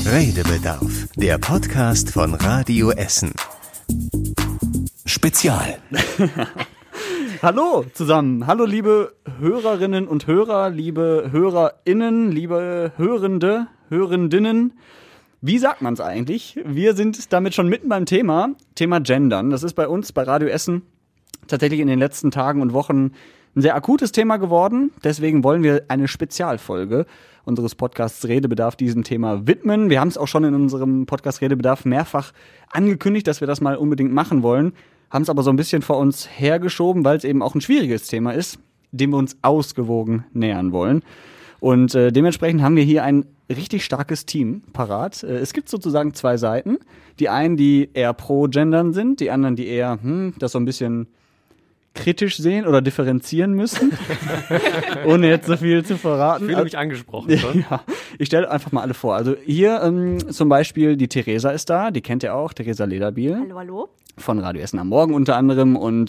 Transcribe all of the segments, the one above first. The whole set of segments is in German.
Redebedarf, der Podcast von Radio Essen. Spezial. Hallo zusammen, hallo liebe Hörerinnen und Hörer, liebe HörerInnen, liebe Hörende, Hörendinnen. Wie sagt man es eigentlich? Wir sind damit schon mitten beim Thema Gendern. Das ist bei uns, bei Radio Essen, tatsächlich in den letzten Tagen und Wochen ein sehr akutes Thema geworden. Deswegen wollen wir eine Spezialfolge unseres Podcasts Redebedarf diesem Thema widmen. Wir haben es auch schon in unserem Podcast Redebedarf mehrfach angekündigt, dass wir das mal unbedingt machen wollen, haben es aber so ein bisschen vor uns hergeschoben, weil es eben auch ein schwieriges Thema ist, dem wir uns ausgewogen nähern wollen. Und dementsprechend haben wir hier ein richtig starkes Team parat. Es gibt sozusagen zwei Seiten. Die einen, die eher pro Gendern sind, die anderen, die eher das so ein bisschen kritisch sehen oder differenzieren müssen, ohne jetzt so viel zu verraten. Ich fühle mich angesprochen. Schon. Ja, ich stelle einfach mal alle vor. Also hier zum Beispiel die Theresa ist da, die kennt ihr auch, Theresa Lederbiel. Hallo, hallo. Von Radio Essen am Morgen unter anderem. Und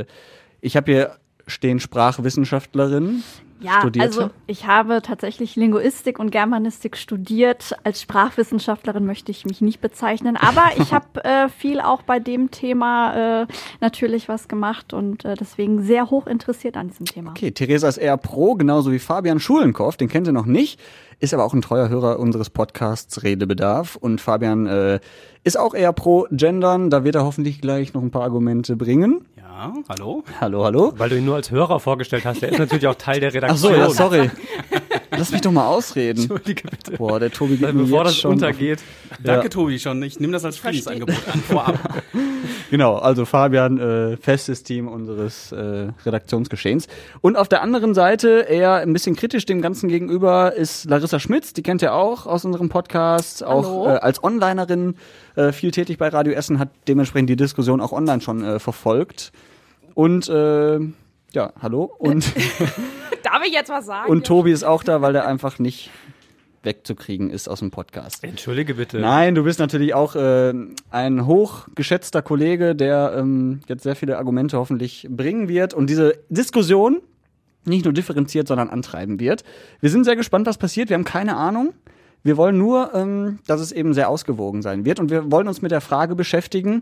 ich habe hier stehen Sprachwissenschaftlerin. Ja, Studierte. also ich habe tatsächlich Linguistik und Germanistik studiert. Als Sprachwissenschaftlerin möchte ich mich nicht bezeichnen, aber ich habe viel auch bei dem Thema natürlich was gemacht und deswegen sehr hoch interessiert an diesem Thema. Okay, Theresa ist eher pro, genauso wie Fabian Schulenkow, den kennt ihr noch nicht, ist aber auch ein treuer Hörer unseres Podcasts Redebedarf. Und Fabian ist auch eher pro Gendern, da wird er hoffentlich gleich noch ein paar Argumente bringen. Ja, hallo? Hallo, hallo. Weil du ihn nur als Hörer vorgestellt hast, der ist natürlich auch Teil der Redaktion. Ach so, ja, sorry. Lass mich doch mal ausreden. Entschuldige bitte. Boah, der Tobi geht mir Bevor jetzt das schon untergeht. Danke, Tobi, schon. Ich nehme das als Friedensangebot an, vorab. Genau, also Fabian, festes Team unseres Redaktionsgeschehens. Und auf der anderen Seite, eher ein bisschen kritisch dem Ganzen gegenüber, ist Larissa Schmitz, die kennt ihr auch aus unserem Podcast, auch als Onlinerin viel tätig bei Radio Essen, hat dementsprechend die Diskussion auch online schon verfolgt. Und ja, hallo. Und Darf ich jetzt was sagen? Und Tobi ist auch da, weil der einfach nicht wegzukriegen ist aus dem Podcast. Entschuldige bitte. Nein, du bist natürlich auch ein hochgeschätzter Kollege, der jetzt sehr viele Argumente hoffentlich bringen wird und diese Diskussion nicht nur differenziert, sondern antreiben wird. Wir sind sehr gespannt, was passiert. Wir haben keine Ahnung. Wir wollen nur, dass es eben sehr ausgewogen sein wird. Und wir wollen uns mit der Frage beschäftigen,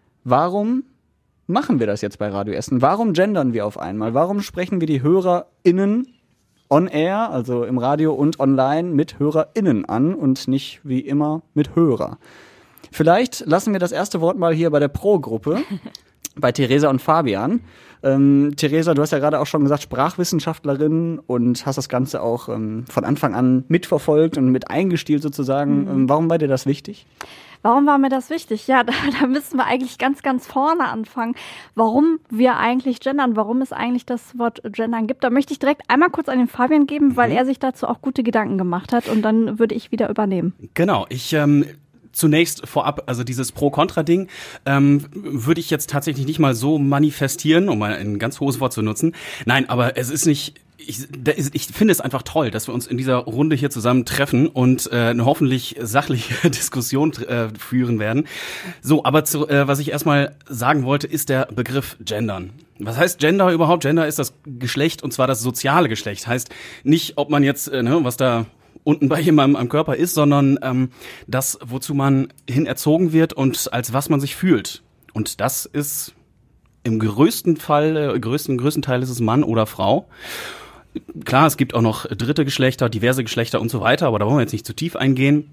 warum machen wir das jetzt bei Radio Essen? Warum gendern wir auf einmal? Warum sprechen wir die HörerInnen on air, also im Radio und online, mit HörerInnen an und nicht wie immer mit Hörer? Vielleicht lassen wir das erste Wort mal hier bei der Pro-Gruppe, bei Theresa und Fabian. Theresa, du hast ja gerade auch schon gesagt, Sprachwissenschaftlerin und hast das Ganze auch von Anfang an mitverfolgt und mit eingestielt sozusagen. Warum war dir das wichtig? Warum war mir das wichtig? Ja, da müssen wir eigentlich ganz, ganz vorne anfangen. Warum wir eigentlich gendern, warum es eigentlich das Wort gendern gibt. Da möchte ich direkt einmal kurz an den Fabian geben, weil er sich dazu auch gute Gedanken gemacht hat und dann würde ich wieder übernehmen. Genau, zunächst vorab, also dieses Pro-Kontra-Ding, würde ich jetzt tatsächlich nicht mal so manifestieren, um mal ein ganz hohes Wort zu nutzen. Nein, aber es ist nicht, ich finde es einfach toll, dass wir uns in dieser Runde hier zusammen treffen und eine hoffentlich sachliche Diskussion führen werden. So, aber was ich erstmal sagen wollte, ist der Begriff Gendern. Was heißt Gender überhaupt? Gender ist das Geschlecht, und zwar das soziale Geschlecht. Heißt nicht, ob man jetzt, was da unten bei jemandem am Körper ist, sondern das, wozu man hin erzogen wird und als was man sich fühlt. Und das ist im größten Teil ist es Mann oder Frau. Klar, es gibt auch noch dritte Geschlechter, diverse Geschlechter und so weiter, aber da wollen wir jetzt nicht zu tief eingehen.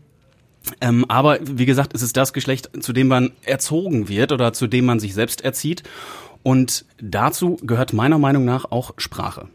Aber wie gesagt, es ist das Geschlecht, zu dem man erzogen wird oder zu dem man sich selbst erzieht. Und dazu gehört meiner Meinung nach auch Sprache.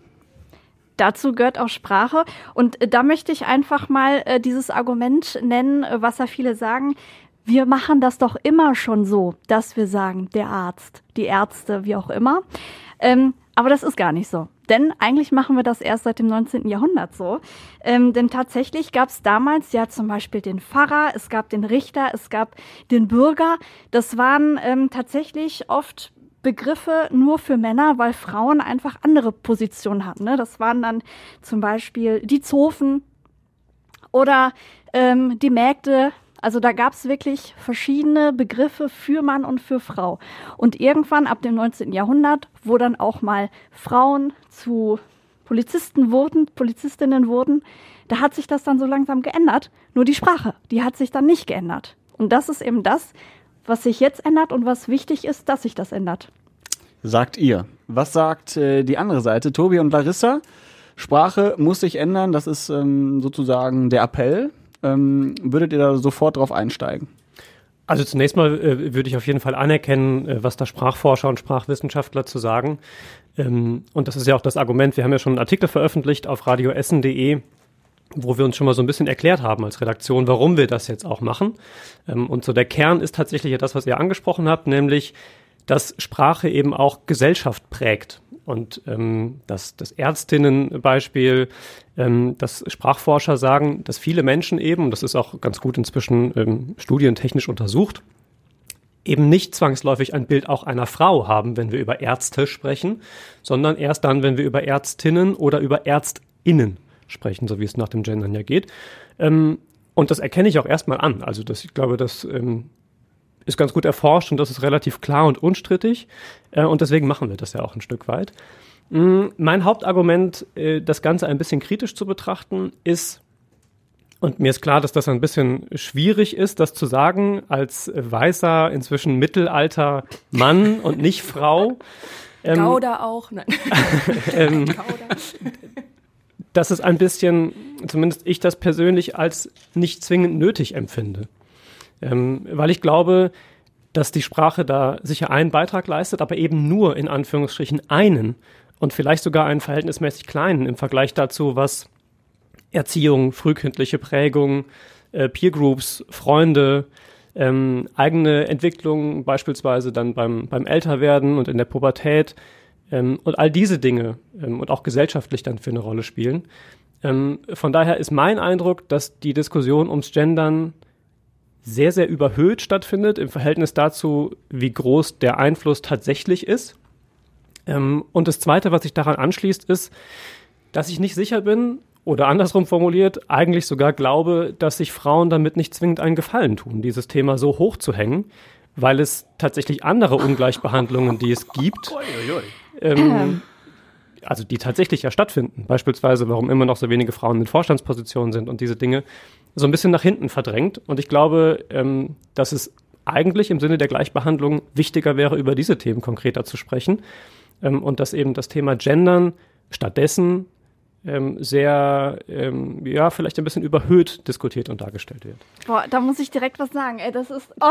Dazu gehört auch Sprache. Und da möchte ich einfach mal dieses Argument nennen, was ja viele sagen. Wir machen das doch immer schon so, dass wir sagen, der Arzt, die Ärzte, wie auch immer. Aber das ist gar nicht so. Denn eigentlich machen wir das erst seit dem 19. Jahrhundert so. Denn tatsächlich gab es damals ja zum Beispiel den Pfarrer, es gab den Richter, es gab den Bürger. Das waren tatsächlich oft Begriffe nur für Männer, weil Frauen einfach andere Positionen hatten. Ne? Das waren dann zum Beispiel die Zofen oder die Mägde. Also da gab es wirklich verschiedene Begriffe für Mann und für Frau. Und irgendwann ab dem 19. Jahrhundert, wo dann auch mal Frauen zu Polizistinnen wurden, da hat sich das dann so langsam geändert. Nur die Sprache, die hat sich dann nicht geändert. Und das ist eben das, was sich jetzt ändert und was wichtig ist, dass sich das ändert. Sagt ihr. Was sagt die andere Seite? Tobi und Larissa? Sprache muss sich ändern, das ist sozusagen der Appell. Würdet ihr da sofort drauf einsteigen? Also zunächst mal würde ich auf jeden Fall anerkennen, was da Sprachforscher und Sprachwissenschaftler zu sagen. Und das ist ja auch das Argument, wir haben ja schon einen Artikel veröffentlicht auf radioessen.de, wo wir uns schon mal so ein bisschen erklärt haben als Redaktion, warum wir das jetzt auch machen. Und so der Kern ist tatsächlich ja das, was ihr angesprochen habt, nämlich, dass Sprache eben auch Gesellschaft prägt. Und das Ärztinnenbeispiel, dass Sprachforscher sagen, dass viele Menschen eben, und das ist auch ganz gut inzwischen studientechnisch untersucht, eben nicht zwangsläufig ein Bild auch einer Frau haben, wenn wir über Ärzte sprechen, sondern erst dann, wenn wir über Ärztinnen oder über ÄrztInnen sprechen, so wie es nach dem Gendern ja geht. Und das erkenne ich auch erstmal an. Also ich glaube, das ist ganz gut erforscht und das ist relativ klar und unstrittig. Und deswegen machen wir das ja auch ein Stück weit. Mein Hauptargument, das Ganze ein bisschen kritisch zu betrachten, ist, und mir ist klar, dass das ein bisschen schwierig ist, das zu sagen, als weißer, inzwischen Mittelalter Mann und nicht Frau. Gouda auch. Nein. Gouda. Dass es ein bisschen, zumindest ich das persönlich, als nicht zwingend nötig empfinde. Weil ich glaube, dass die Sprache da sicher einen Beitrag leistet, aber eben nur in Anführungsstrichen einen und vielleicht sogar einen verhältnismäßig kleinen im Vergleich dazu, was Erziehung, frühkindliche Prägung, Peergroups, Freunde, eigene Entwicklung beispielsweise dann beim Älterwerden und in der Pubertät und all diese Dinge und auch gesellschaftlich dann für eine Rolle spielen. Von daher ist mein Eindruck, dass die Diskussion ums Gendern sehr, sehr überhöht stattfindet im Verhältnis dazu, wie groß der Einfluss tatsächlich ist. Und das Zweite, was sich daran anschließt, ist, dass ich nicht sicher bin oder andersrum formuliert, eigentlich sogar glaube, dass sich Frauen damit nicht zwingend einen Gefallen tun, dieses Thema so hoch zu hängen, weil es tatsächlich andere Ungleichbehandlungen, die es gibt, also die tatsächlich ja stattfinden, beispielsweise warum immer noch so wenige Frauen in Vorstandspositionen sind und diese Dinge so ein bisschen nach hinten verdrängt. Und ich glaube, dass es eigentlich im Sinne der Gleichbehandlung wichtiger wäre, über diese Themen konkreter zu sprechen und dass eben das Thema Gendern stattdessen sehr, vielleicht ein bisschen überhöht diskutiert und dargestellt wird. Boah, da muss ich direkt was sagen. Ey, das ist,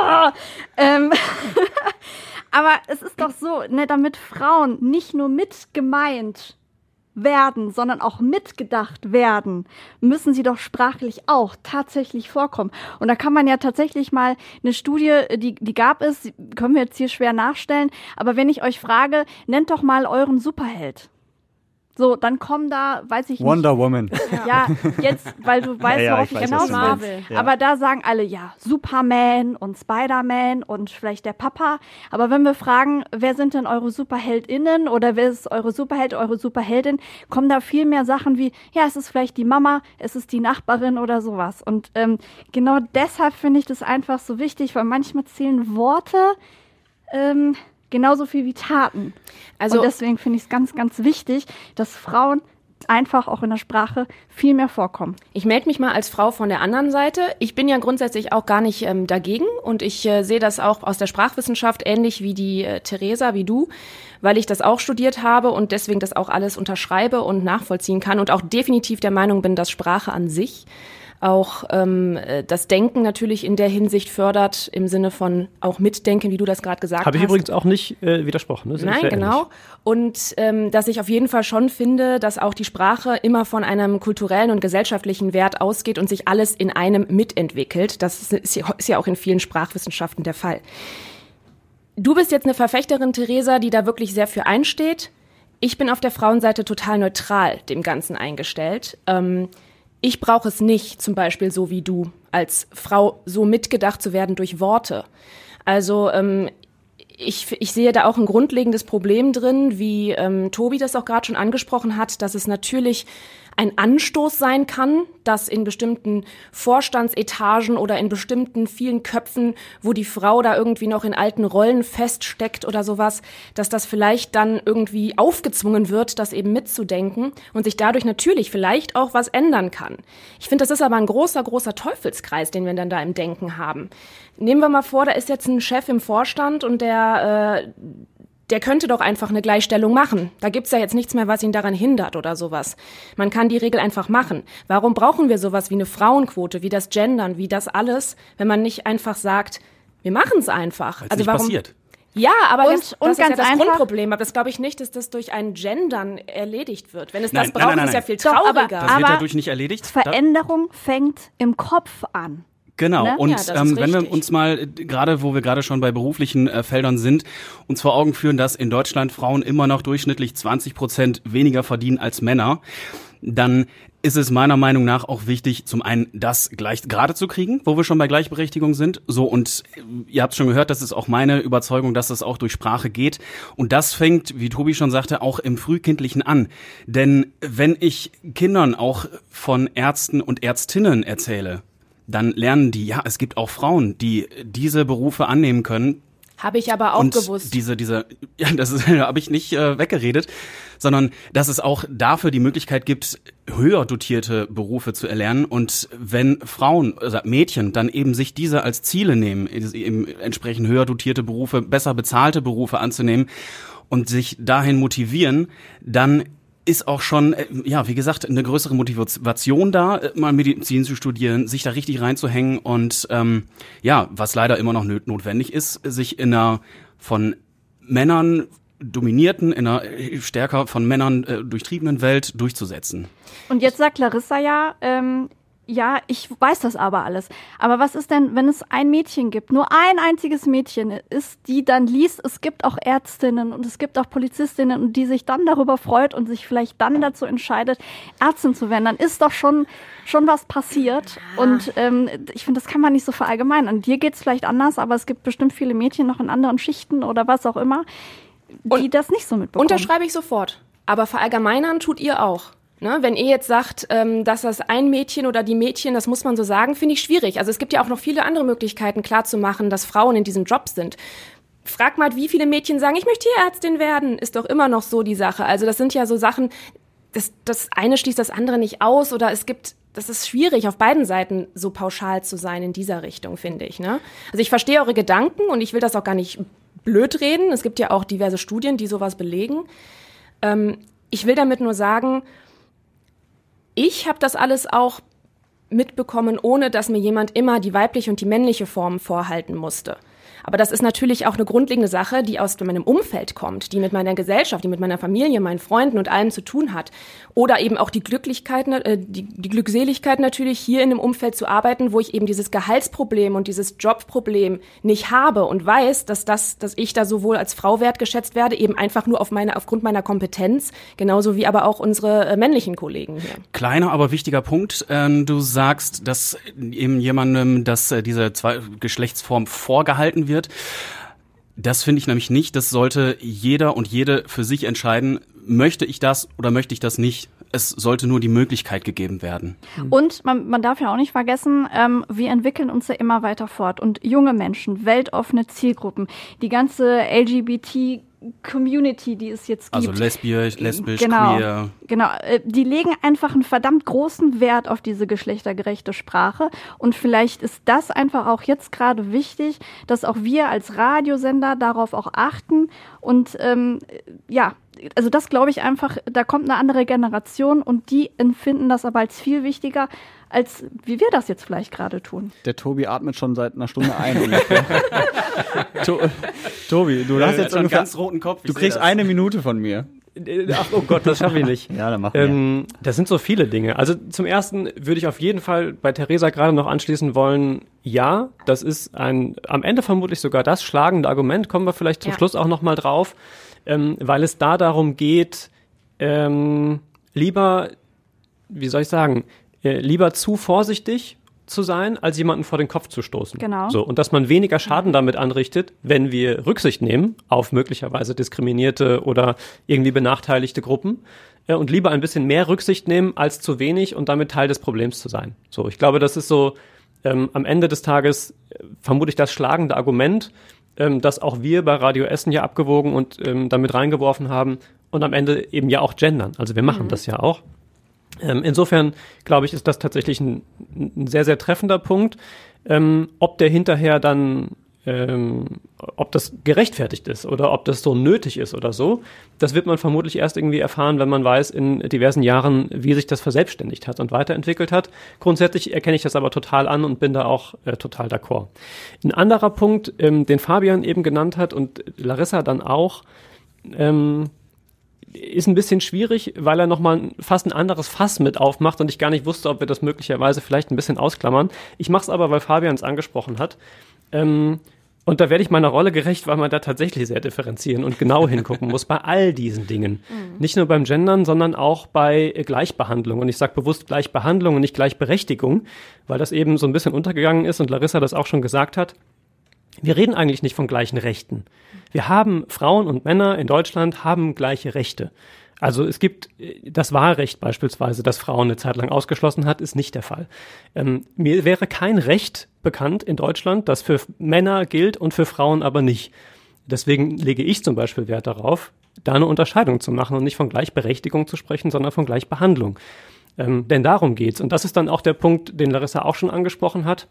aber es ist doch so, ne, damit Frauen nicht nur mitgemeint werden, sondern auch mitgedacht werden, müssen sie doch sprachlich auch tatsächlich vorkommen. Und da kann man ja tatsächlich mal eine Studie, die gab es, die können wir jetzt hier schwer nachstellen, aber wenn ich euch frage, nennt doch mal euren Superheld. So, dann kommen da, weiß ich nicht. Wonder Woman. Ja, jetzt, weil du weißt, worauf ich hinaus will. Ja. Aber da sagen alle, ja, Superman und Spider-Man und vielleicht der Papa. Aber wenn wir fragen, wer sind denn eure SuperheldInnen oder wer ist eure Superheld, eure Superheldin, kommen da viel mehr Sachen wie, ja, es ist vielleicht die Mama, es ist die Nachbarin oder sowas. Und genau deshalb finde ich das einfach so wichtig, weil manchmal zählen Worte genauso viel wie Taten. Also, und deswegen finde ich es ganz, ganz wichtig, dass Frauen einfach auch in der Sprache viel mehr vorkommen. Ich melde mich mal als Frau von der anderen Seite. Ich bin ja grundsätzlich auch gar nicht dagegen und ich sehe das auch aus der Sprachwissenschaft ähnlich wie die Theresa, wie du, weil ich das auch studiert habe und deswegen das auch alles unterschreibe und nachvollziehen kann und auch definitiv der Meinung bin, dass Sprache an sich auch das Denken natürlich in der Hinsicht fördert, im Sinne von auch Mitdenken, wie du das gerade gesagt hast. Habe ich übrigens auch nicht widersprochen. Ne? Nein, genau. Und dass ich auf jeden Fall schon finde, dass auch die Sprache immer von einem kulturellen und gesellschaftlichen Wert ausgeht und sich alles in einem mitentwickelt. Das ist ja auch in vielen Sprachwissenschaften der Fall. Du bist jetzt eine Verfechterin, Theresa, die da wirklich sehr für einsteht. Ich bin auf der Frauenseite total neutral dem Ganzen eingestellt. Ich brauche es nicht, zum Beispiel so wie du, als Frau so mitgedacht zu werden durch Worte. Also ich sehe da auch ein grundlegendes Problem drin, wie Tobi das auch gerade schon angesprochen hat, dass es natürlich ein Anstoß sein kann, dass in bestimmten Vorstandsetagen oder in bestimmten vielen Köpfen, wo die Frau da irgendwie noch in alten Rollen feststeckt oder sowas, dass das vielleicht dann irgendwie aufgezwungen wird, das eben mitzudenken und sich dadurch natürlich vielleicht auch was ändern kann. Ich finde, das ist aber ein großer, großer Teufelskreis, den wir dann da im Denken haben. Nehmen wir mal vor, da ist jetzt ein Chef im Vorstand und der könnte doch einfach eine Gleichstellung machen. Da gibt's ja jetzt nichts mehr, was ihn daran hindert oder sowas. Man kann die Regel einfach machen. Warum brauchen wir sowas wie eine Frauenquote, wie das Gendern, wie das alles, wenn man nicht einfach sagt, wir machen's einfach? Weil's nicht passiert. Ja, aber Und das ist ganz ja das einfach- Grundproblem. Aber das glaube ich nicht, dass das durch ein Gendern erledigt wird. Wenn es Nein, das braucht, nein. ist ja viel Doch, aber- trauriger. Das wird Aber dadurch nicht erledigt. Veränderung fängt im Kopf an. Genau, Ne? und Ja, das ist wenn wir richtig. uns mal, gerade wo wir gerade schon bei beruflichen Feldern sind, uns vor Augen führen, dass in Deutschland Frauen immer noch durchschnittlich 20% weniger verdienen als Männer, dann ist es meiner Meinung nach auch wichtig, zum einen das gleich gerade zu kriegen, wo wir schon bei Gleichberechtigung sind. So, und ihr habt schon gehört, das ist auch meine Überzeugung, dass es auch durch Sprache geht. Und das fängt, wie Tobi schon sagte, auch im Frühkindlichen an. Denn wenn ich Kindern auch von Ärzten und Ärztinnen erzähle, dann lernen die, ja, es gibt auch Frauen, die diese Berufe annehmen können. Habe ich aber auch Und gewusst. ja, das habe ich nicht weggeredet, sondern dass es auch dafür die Möglichkeit gibt, höher dotierte Berufe zu erlernen. Und wenn Frauen, also Mädchen, dann eben sich diese als Ziele nehmen, eben entsprechend höher dotierte Berufe, besser bezahlte Berufe anzunehmen und sich dahin motivieren, dann ist auch schon, ja, wie gesagt, eine größere Motivation da, mal Medizin zu studieren, sich da richtig reinzuhängen und ja, was leider immer noch notwendig ist, sich in einer von Männern dominierten, in einer stärker von Männern durchtriebenen Welt durchzusetzen. Und jetzt sagt Larissa ja, ich weiß das aber alles. Aber was ist denn, wenn es ein Mädchen gibt, nur ein einziges Mädchen ist, die dann liest, es gibt auch Ärztinnen und es gibt auch Polizistinnen und die sich dann darüber freut und sich vielleicht dann dazu entscheidet, Ärztin zu werden, dann ist doch schon was passiert. Und ich finde, das kann man nicht so verallgemeinern. An dir geht's vielleicht anders, aber es gibt bestimmt viele Mädchen noch in anderen Schichten oder was auch immer, die das nicht so mitbekommen. Unterschreibe ich sofort. Aber verallgemeinern tut ihr auch. Ne? Wenn ihr jetzt sagt, dass das ein Mädchen oder die Mädchen, das muss man so sagen, finde ich schwierig. Also es gibt ja auch noch viele andere Möglichkeiten klarzumachen, dass Frauen in diesem Job sind. Frag mal, wie viele Mädchen sagen, ich möchte Tierärztin werden, ist doch immer noch so die Sache. Also das sind ja so Sachen, das eine schließt das andere nicht aus oder das ist schwierig, auf beiden Seiten so pauschal zu sein in dieser Richtung, finde ich. Ne? Also ich verstehe eure Gedanken und ich will das auch gar nicht blöd reden. Es gibt ja auch diverse Studien, die sowas belegen. Ich will damit nur sagen, ich habe das alles auch mitbekommen, ohne dass mir jemand immer die weibliche und die männliche Form vorhalten musste. Aber das ist natürlich auch eine grundlegende Sache, die aus meinem Umfeld kommt, die mit meiner Gesellschaft, die mit meiner Familie, meinen Freunden und allem zu tun hat. Oder eben auch die Glücklichkeit, die Glückseligkeit natürlich, hier in einem Umfeld zu arbeiten, wo ich eben dieses Gehaltsproblem und dieses Jobproblem nicht habe und weiß, dass ich da sowohl als Frau wertgeschätzt werde, eben einfach nur aufgrund meiner Kompetenz, genauso wie aber auch unsere männlichen Kollegen hier. Kleiner, aber wichtiger Punkt. Du sagst, dass eben jemandem, dass diese Geschlechtsform vorgehalten wird. Das finde ich nämlich nicht. Das sollte jeder und jede für sich entscheiden, möchte ich das oder möchte ich das nicht. Es sollte nur die Möglichkeit gegeben werden. Und man darf ja auch nicht vergessen, wir entwickeln uns ja immer weiter fort. Und junge Menschen, weltoffene Zielgruppen, die ganze LGBT-Community, die es jetzt gibt. Also lesbisch, genau, queer. Genau, die legen einfach einen verdammt großen Wert auf diese geschlechtergerechte Sprache. Und vielleicht ist das einfach auch jetzt gerade wichtig, dass auch wir als Radiosender darauf auch achten. Und ja, also das glaube ich einfach, da kommt eine andere Generation und die empfinden das aber als viel wichtiger, als wie wir das jetzt vielleicht gerade tun. Der Tobi atmet schon seit einer Stunde ein. Ungefähr. Tobi, du hast jetzt einen ungefähr, ganz roten Kopf. du kriegst eine Minute von mir. Ach, oh Gott, das schaffe ich nicht. Ja, dann machen wir. Das sind so viele Dinge. Also zum Ersten würde ich auf jeden Fall bei Theresa gerade noch anschließen wollen, ja, das ist am Ende vermutlich sogar das schlagende Argument, kommen wir vielleicht zum Schluss auch noch mal drauf, weil es da darum geht, lieber, wie soll ich sagen, lieber zu vorsichtig, zu sein, als jemanden vor den Kopf zu stoßen. Genau. So, und dass man weniger Schaden damit anrichtet, wenn wir Rücksicht nehmen auf möglicherweise diskriminierte oder irgendwie benachteiligte Gruppen und lieber ein bisschen mehr Rücksicht nehmen als zu wenig und damit Teil des Problems zu sein. So, ich glaube, das ist so am Ende des Tages vermutlich das schlagende Argument, das auch wir bei Radio Essen ja abgewogen und damit reingeworfen haben und am Ende eben ja auch gendern. Also wir machen das ja auch. Insofern, glaube ich, ist das tatsächlich ein sehr, sehr treffender Punkt. Ob der hinterher dann, ob das gerechtfertigt ist oder ob das so nötig ist oder so, das wird man vermutlich erst irgendwie erfahren, wenn man weiß in diversen Jahren, wie sich das verselbstständigt hat und weiterentwickelt hat. Grundsätzlich erkenne ich das aber total an und bin da auch total d'accord. Ein anderer Punkt, den Fabian eben genannt hat und Larissa dann auch, ist ein bisschen schwierig, weil er nochmal fast ein anderes Fass mit aufmacht und ich gar nicht wusste, ob wir das möglicherweise vielleicht ein bisschen ausklammern. Ich mache es aber, weil Fabian es angesprochen hat. Und da werde ich meiner Rolle gerecht, weil man da tatsächlich sehr differenzieren und genau hingucken muss bei all diesen Dingen. Nicht nur beim Gendern, sondern auch bei Gleichbehandlung. Und ich sage bewusst Gleichbehandlung und nicht Gleichberechtigung, weil das eben so ein bisschen untergegangen ist und Larissa das auch schon gesagt hat. Wir reden eigentlich nicht von gleichen Rechten. Wir haben Frauen und Männer in Deutschland haben gleiche Rechte. Also es gibt das Wahlrecht beispielsweise, das Frauen eine Zeit lang ausgeschlossen hat, ist nicht der Fall. Mir wäre kein Recht bekannt in Deutschland, das für Männer gilt und für Frauen aber nicht. Deswegen lege ich zum Beispiel Wert darauf, da eine Unterscheidung zu machen und nicht von Gleichberechtigung zu sprechen, sondern von Gleichbehandlung. Denn darum geht's. Und das ist dann auch der Punkt, den Larissa auch schon angesprochen hat.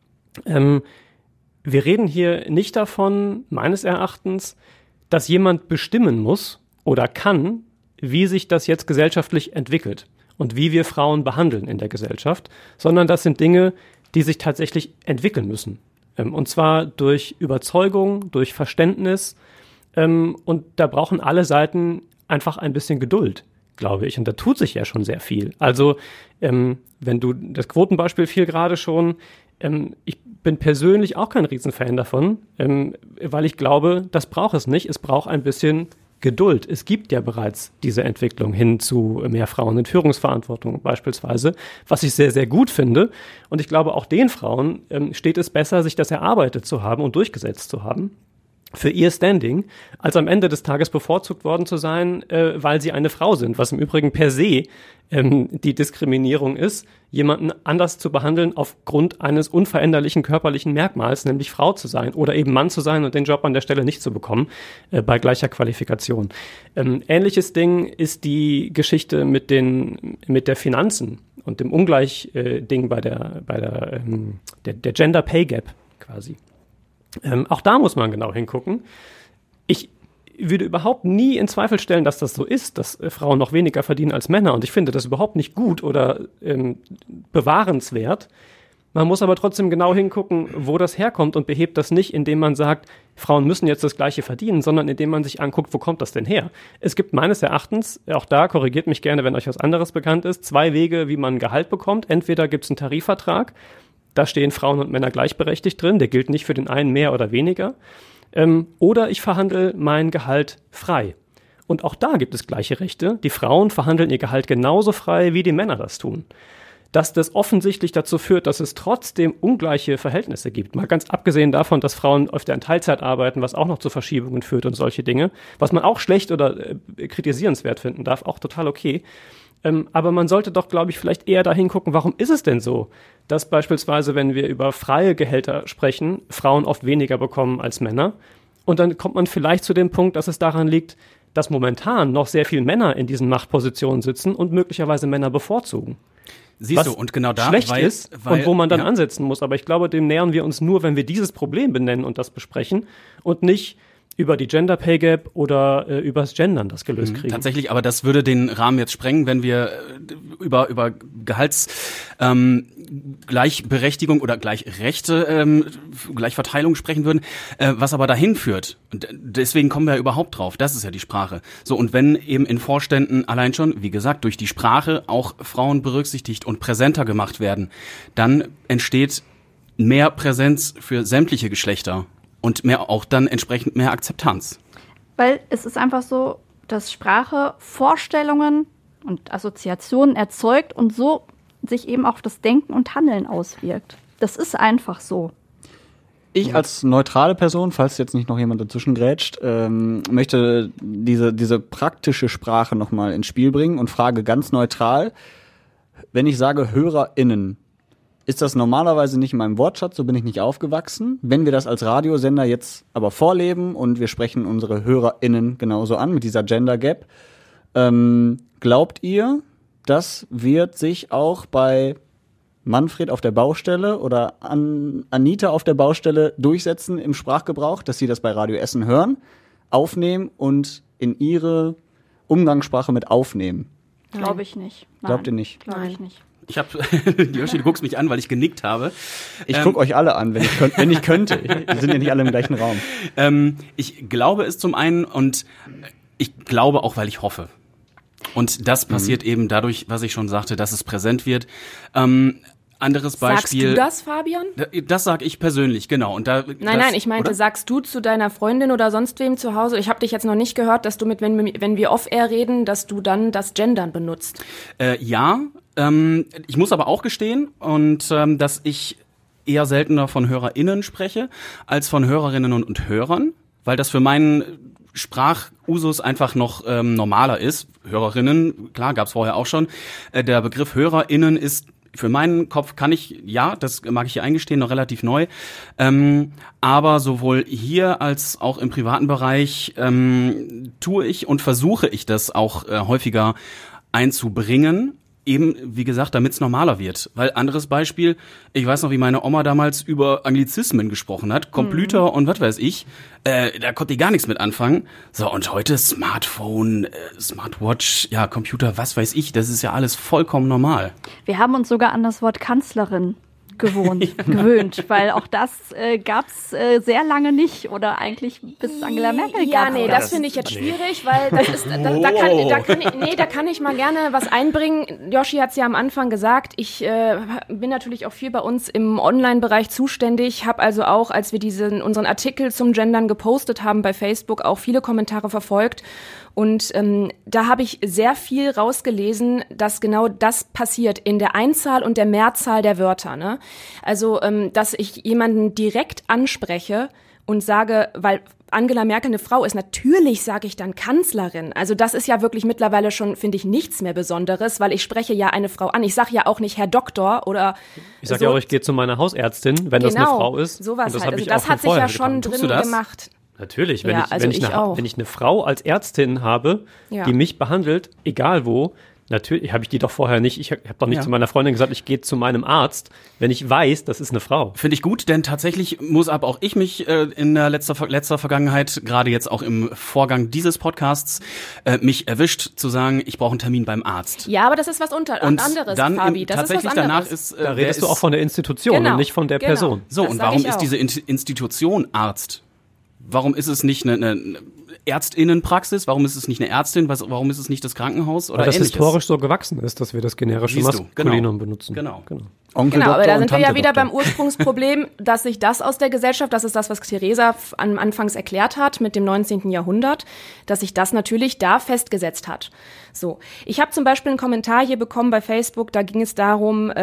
Wir reden hier nicht davon, meines Erachtens, dass jemand bestimmen muss oder kann, wie sich das jetzt gesellschaftlich entwickelt und wie wir Frauen behandeln in der Gesellschaft, sondern das sind Dinge, die sich tatsächlich entwickeln müssen. Und zwar durch Überzeugung, durch Verständnis. Und da brauchen alle Seiten einfach ein bisschen Geduld, glaube ich. Und da tut sich ja schon sehr viel. Also, wenn du, das Quotenbeispiel fiel gerade schon, ich bin persönlich auch kein Riesenfan davon, weil ich glaube, das braucht es nicht. Es braucht ein bisschen Geduld. Es gibt ja bereits diese Entwicklung hin zu mehr Frauen in Führungsverantwortung beispielsweise, was ich sehr, sehr gut finde. Und ich glaube, auch den Frauen steht es besser, sich das erarbeitet zu haben und durchgesetzt zu haben für ihr Standing, als am Ende des Tages bevorzugt worden zu sein, weil sie eine Frau sind, was im Übrigen per se die Diskriminierung ist, jemanden anders zu behandeln aufgrund eines unveränderlichen körperlichen Merkmals, nämlich Frau zu sein oder eben Mann zu sein und den Job an der Stelle nicht zu bekommen, bei gleicher Qualifikation. Ähnliches Ding ist die Geschichte mit der Finanzen und dem Ungleich-Ding bei der Gender Pay Gap quasi. Auch da muss man genau hingucken. Ich würde überhaupt nie in Zweifel stellen, dass das so ist, dass Frauen noch weniger verdienen als Männer. Und ich finde das überhaupt nicht gut oder bewahrenswert. Man muss aber trotzdem genau hingucken, wo das herkommt und behebt das nicht, indem man sagt, Frauen müssen jetzt das Gleiche verdienen, sondern indem man sich anguckt, wo kommt das denn her? Es gibt meines Erachtens, auch da korrigiert mich gerne, wenn euch was anderes bekannt ist, 2 Wege, wie man Gehalt bekommt. Entweder gibt es einen Tarifvertrag, da stehen Frauen und Männer gleichberechtigt drin, der gilt nicht für den einen mehr oder weniger. Oder ich verhandle mein Gehalt frei. Und auch da gibt es gleiche Rechte. Die Frauen verhandeln ihr Gehalt genauso frei, wie die Männer das tun. Dass das offensichtlich dazu führt, dass es trotzdem ungleiche Verhältnisse gibt. Mal ganz abgesehen davon, dass Frauen öfter in Teilzeit arbeiten, was auch noch zu Verschiebungen führt und solche Dinge. Was man auch schlecht oder kritisierenswert finden darf, auch total okay. Aber man sollte doch, glaube ich, vielleicht eher dahin gucken, warum ist es denn so, dass beispielsweise, wenn wir über freie Gehälter sprechen, Frauen oft weniger bekommen als Männer. Und dann kommt man vielleicht zu dem Punkt, dass es daran liegt, dass momentan noch sehr viele Männer in diesen Machtpositionen sitzen und möglicherweise Männer bevorzugen. Siehst du, und genau da, schlecht ist und wo man dann ja ansetzen muss. Aber ich glaube, dem nähern wir uns nur, wenn wir dieses Problem benennen und das besprechen und nicht über die Gender Pay Gap oder übers Gendern das gelöst kriegen. Tatsächlich, aber das würde den Rahmen jetzt sprengen, wenn wir über Gleichberechtigung oder Gleichrechte, Gleichverteilung sprechen würden, was aber dahin führt. Und deswegen kommen wir ja überhaupt drauf. Das ist ja die Sprache. So, und wenn eben in Vorständen allein schon, wie gesagt, durch die Sprache auch Frauen berücksichtigt und präsenter gemacht werden, dann entsteht mehr Präsenz für sämtliche Geschlechter. Und auch dann entsprechend mehr Akzeptanz. Weil es ist einfach so, dass Sprache Vorstellungen und Assoziationen erzeugt und so sich eben auf das Denken und Handeln auswirkt. Das ist einfach so. Ich als neutrale Person, falls jetzt nicht noch jemand dazwischen grätscht, möchte diese praktische Sprache nochmal ins Spiel bringen und frage ganz neutral, wenn ich sage HörerInnen, ist das normalerweise nicht in meinem Wortschatz, so bin ich nicht aufgewachsen. Wenn wir das als Radiosender jetzt aber vorleben und wir sprechen unsere HörerInnen genauso an mit dieser Gender Gap, glaubt ihr, das wird sich auch bei Manfred auf der Baustelle oder Anita auf der Baustelle durchsetzen im Sprachgebrauch, dass sie das bei Radio Essen hören, aufnehmen und in ihre Umgangssprache mit aufnehmen? Glaube ich nicht. Nein. Glaubt ihr nicht? Glaube ich nicht. Yoshi, du guckst mich an, weil ich genickt habe. Ich gucke euch alle an, wenn ich könnte. Wir sind ja nicht alle im gleichen Raum. Ich glaube es zum einen und ich glaube auch, weil ich hoffe. Und das passiert eben dadurch, was ich schon sagte, dass es präsent wird. Anderes Beispiel. Sagst du das, Fabian? Das sage ich persönlich, genau. Und da, Nein, ich meinte, oder? Sagst du zu deiner Freundin oder sonst wem zu Hause, ich habe dich jetzt noch nicht gehört, dass du wenn wir off-air reden, dass du dann das Gendern benutzt. Ja, ich muss aber auch gestehen, dass ich eher seltener von HörerInnen spreche, als von Hörerinnen und Hörern, weil das für meinen Sprachusus einfach noch normaler ist. Hörerinnen, klar, gab's vorher auch schon. Der Begriff HörerInnen ist für meinen Kopf das mag ich hier eingestehen, noch relativ neu. Aber sowohl hier als auch im privaten Bereich tue ich und versuche ich das auch häufiger einzubringen. Eben, wie gesagt, damit es normaler wird. Weil anderes Beispiel, ich weiß noch, wie meine Oma damals über Anglizismen gesprochen hat, Computer und was weiß ich, da konnte ich gar nichts mit anfangen. So, und heute Smartphone, Smartwatch, ja, Computer, was weiß ich, das ist ja alles vollkommen normal. Wir haben uns sogar an das Wort Kanzlerin gewöhnt, weil auch das gab's sehr lange nicht oder eigentlich bis Angela Merkel gab. Ja, nee, das finde ich jetzt schwierig, weil das ist, da kann ich mal gerne was einbringen. Yoshi hat es ja am Anfang gesagt, ich bin natürlich auch viel bei uns im Online-Bereich zuständig, habe also auch, als wir unseren Artikel zum Gendern gepostet haben bei Facebook, auch viele Kommentare verfolgt. Und da habe ich sehr viel rausgelesen, dass genau das passiert in der Einzahl und der Mehrzahl der Wörter. Ne? Also, dass ich jemanden direkt anspreche und sage, weil Angela Merkel eine Frau ist, natürlich sage ich dann Kanzlerin. Also das ist ja wirklich mittlerweile schon, finde ich, nichts mehr Besonderes, weil ich spreche ja eine Frau an. Ich sage ja auch nicht Herr Doktor oder ich sage ja auch, ich gehe zu meiner Hausärztin, wenn das eine Frau ist. Sowas halt. Also das hat sich ja schon drin gemacht. Natürlich, wenn ich eine Frau als Ärztin habe, die mich behandelt, egal wo, natürlich habe ich die doch vorher nicht, ich habe doch nicht zu meiner Freundin gesagt, ich gehe zu meinem Arzt, wenn ich weiß, das ist eine Frau. Finde ich gut, denn tatsächlich muss aber auch ich mich in der letzter Vergangenheit, gerade jetzt auch im Vorgang dieses Podcasts, mich erwischt zu sagen, ich brauche einen Termin beim Arzt. Ja, aber das ist was anderes, dann Fabi, das tatsächlich ist was anderes. Danach ist, da redest du auch von der Institution und nicht von der Person. So, und warum ist diese Institution Arzt? Warum ist es nicht eine Ärztinnenpraxis? Warum ist es nicht eine Ärztin? Warum ist es nicht das Krankenhaus? Oder weil das Ähnliches? Historisch so gewachsen ist, dass wir das generische Maskulinum benutzen. Genau. Genau, aber da sind wir ja wieder beim Ursprungsproblem, dass sich das aus der Gesellschaft, das ist das, was Theresa anfangs erklärt hat mit dem 19. Jahrhundert, dass sich das natürlich da festgesetzt hat. So, ich habe zum Beispiel einen Kommentar hier bekommen bei Facebook, da ging es darum,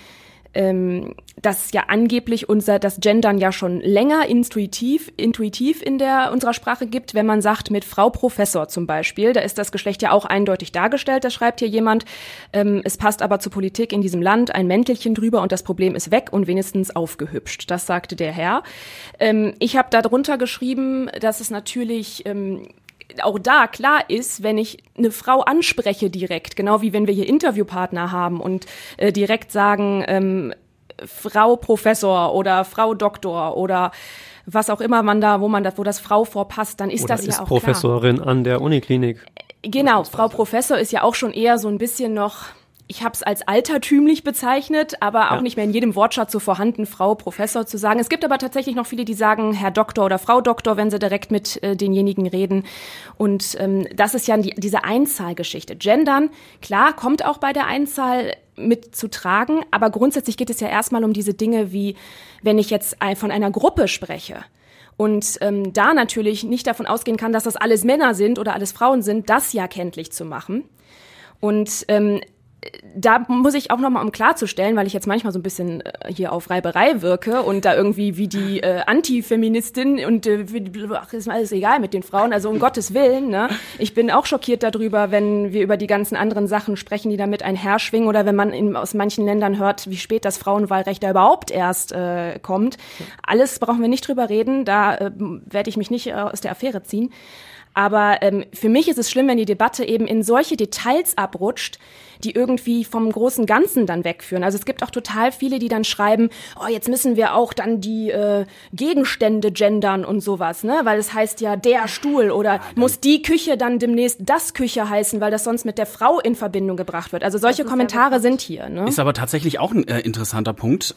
dass ja angeblich das Gendern ja schon länger intuitiv in unserer Sprache gibt, wenn man sagt mit Frau Professor zum Beispiel, da ist das Geschlecht ja auch eindeutig dargestellt, das schreibt hier jemand, es passt aber zur Politik in diesem Land ein Mäntelchen drüber und das Problem ist weg und wenigstens aufgehübscht, das sagte der Herr. Ich habe da drunter geschrieben, dass es natürlich auch da klar ist, wenn ich eine Frau anspreche direkt, genau wie wenn wir hier Interviewpartner haben und direkt sagen, Frau Professor oder Frau Doktor oder was auch immer wo das Frau vorpasst, dann ist oder das ja auch Professorin klar. an der Uniklinik. Genau, Frau Professor ist ja auch schon eher so ein bisschen noch, ich habe es als altertümlich bezeichnet, aber auch nicht mehr in jedem Wortschatz so vorhanden, Frau Professor zu sagen. Es gibt aber tatsächlich noch viele, die sagen Herr Doktor oder Frau Doktor, wenn sie direkt mit denjenigen reden. Und das ist ja diese Einzahlgeschichte. Gendern, klar, kommt auch bei der Einzahl mit zu tragen, aber grundsätzlich geht es ja erstmal um diese Dinge wie, wenn ich jetzt von einer Gruppe spreche und da natürlich nicht davon ausgehen kann, dass das alles Männer sind oder alles Frauen sind, das ja kenntlich zu machen. Und da muss ich auch nochmal, um klarzustellen, weil ich jetzt manchmal so ein bisschen hier auf Reiberei wirke und da irgendwie wie die Antifeministin und ist alles egal mit den Frauen, also um Gottes Willen, ne? Ich bin auch schockiert darüber, wenn wir über die ganzen anderen Sachen sprechen, die damit einherschwingen oder wenn man aus manchen Ländern hört, wie spät das Frauenwahlrecht da überhaupt erst kommt. Alles brauchen wir nicht drüber reden, da werde ich mich nicht aus der Affäre ziehen. Aber für mich ist es schlimm, wenn die Debatte eben in solche Details abrutscht, die irgendwie vom großen Ganzen dann wegführen. Also es gibt auch total viele, die dann schreiben, oh, jetzt müssen wir auch dann die Gegenstände gendern und sowas, ne? Weil es heißt ja der Stuhl oder muss die Küche dann demnächst das Küche heißen, weil das sonst mit der Frau in Verbindung gebracht wird. Also solche Kommentare sind hier, ne? Ist aber tatsächlich auch ein interessanter Punkt.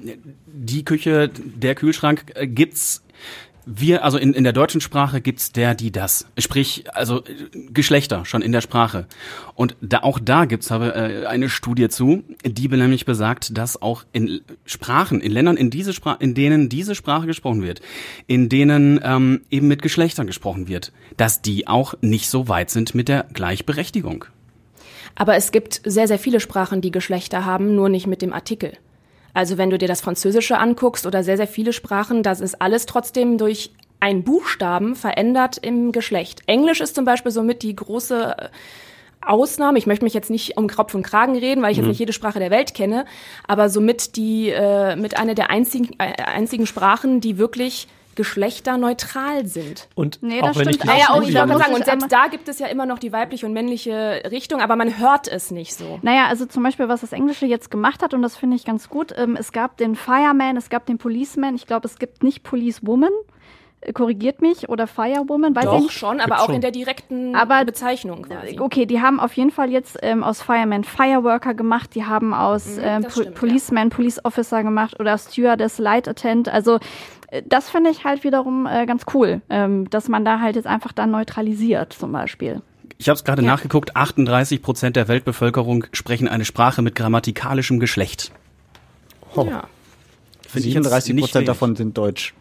Die Küche, der Kühlschrank gibt's. Also in der deutschen Sprache gibt's der, die, das. Sprich, also Geschlechter schon in der Sprache. Und auch da gibt's eine Studie zu, die nämlich besagt, dass auch in Sprachen, in Ländern, in denen diese Sprache gesprochen wird, in denen eben mit Geschlechtern gesprochen wird, dass die auch nicht so weit sind mit der Gleichberechtigung. Aber es gibt sehr, sehr viele Sprachen, die Geschlechter haben, nur nicht mit dem Artikel. Also wenn du dir das Französische anguckst oder sehr, sehr viele Sprachen, das ist alles trotzdem durch einen Buchstaben verändert im Geschlecht. Englisch ist zum Beispiel somit die große Ausnahme. Ich möchte mich jetzt nicht um Kopf und Kragen reden, weil ich jetzt nicht jede Sprache der Welt kenne, aber somit mit einer der einzigen Sprachen, die wirklich geschlechterneutral sind. Und Nee, auch das wenn ich stimmt die auch. Und ich wollte sagen, und selbst da gibt es ja immer noch die weibliche und männliche Richtung, aber man hört es nicht so. Naja, also zum Beispiel, was das Englische jetzt gemacht hat, und das finde ich ganz gut, es gab den Fireman, es gab den Policeman, ich glaube, es gibt nicht Policewoman, korrigiert mich, oder Firewoman, weiß ich Doch, nicht. schon, aber auch in der direkten Bezeichnung quasi. Okay, die haben auf jeden Fall jetzt aus Fireman Fireworker gemacht, die haben aus stimmt, Policeman Police Officer gemacht oder Stewardess Light Attendant, also das finde ich halt wiederum ganz cool, dass man da halt jetzt einfach dann neutralisiert zum Beispiel. Ich habe es gerade nachgeguckt, 38% der Weltbevölkerung sprechen eine Sprache mit grammatikalischem Geschlecht. Oh. Ja. 37% davon sind deutsch.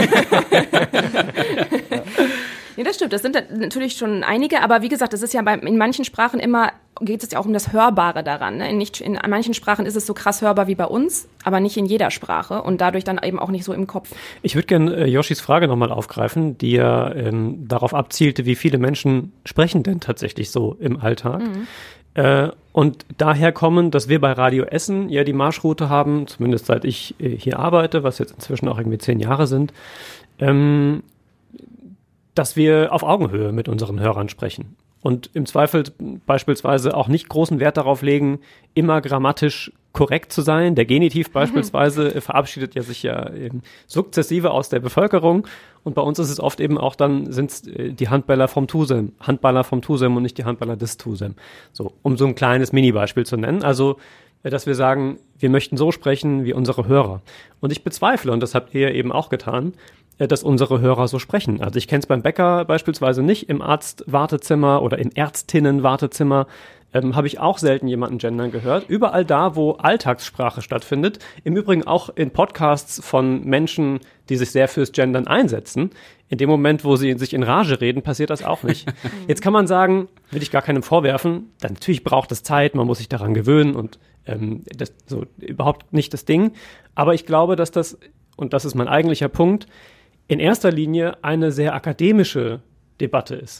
Nee, das stimmt. Das sind natürlich schon einige, aber wie gesagt, das ist ja in manchen Sprachen immer, geht es ja auch um das Hörbare daran. Ne? In manchen Sprachen ist es so krass hörbar wie bei uns, aber nicht in jeder Sprache und dadurch dann eben auch nicht so im Kopf. Ich würde gerne Yoshis Frage nochmal aufgreifen, die ja darauf abzielte, wie viele Menschen sprechen denn tatsächlich so im Alltag. Und daher kommen, dass wir bei Radio Essen ja die Marschroute haben, zumindest seit ich hier arbeite, was jetzt inzwischen auch irgendwie 10 Jahre sind, dass wir auf Augenhöhe mit unseren Hörern sprechen. Und im Zweifel beispielsweise auch nicht großen Wert darauf legen, immer grammatisch korrekt zu sein. Der Genitiv beispielsweise verabschiedet sich ja eben sukzessive aus der Bevölkerung. Und bei uns ist es oft eben auch dann, sind es die Handballer vom TUSEM und nicht die Handballer des TUSEM. So, um so ein kleines Mini-Beispiel zu nennen. Also, dass wir sagen, wir möchten so sprechen wie unsere Hörer. Und ich bezweifle, und das habt ihr eben auch getan, dass unsere Hörer so sprechen. Also ich kenne es beim Bäcker beispielsweise nicht, im Arztwartezimmer oder im Ärztinnenwartezimmer habe ich auch selten jemanden gendern gehört. Überall da, wo Alltagssprache stattfindet, im Übrigen auch in Podcasts von Menschen, die sich sehr fürs Gendern einsetzen, in dem Moment, wo sie sich in Rage reden, passiert das auch nicht. Jetzt kann man sagen, will ich gar keinem vorwerfen, dann natürlich braucht es Zeit, man muss sich daran gewöhnen und das so überhaupt nicht das Ding. Aber ich glaube, dass das, und das ist mein eigentlicher Punkt, in erster Linie eine sehr akademische Debatte ist.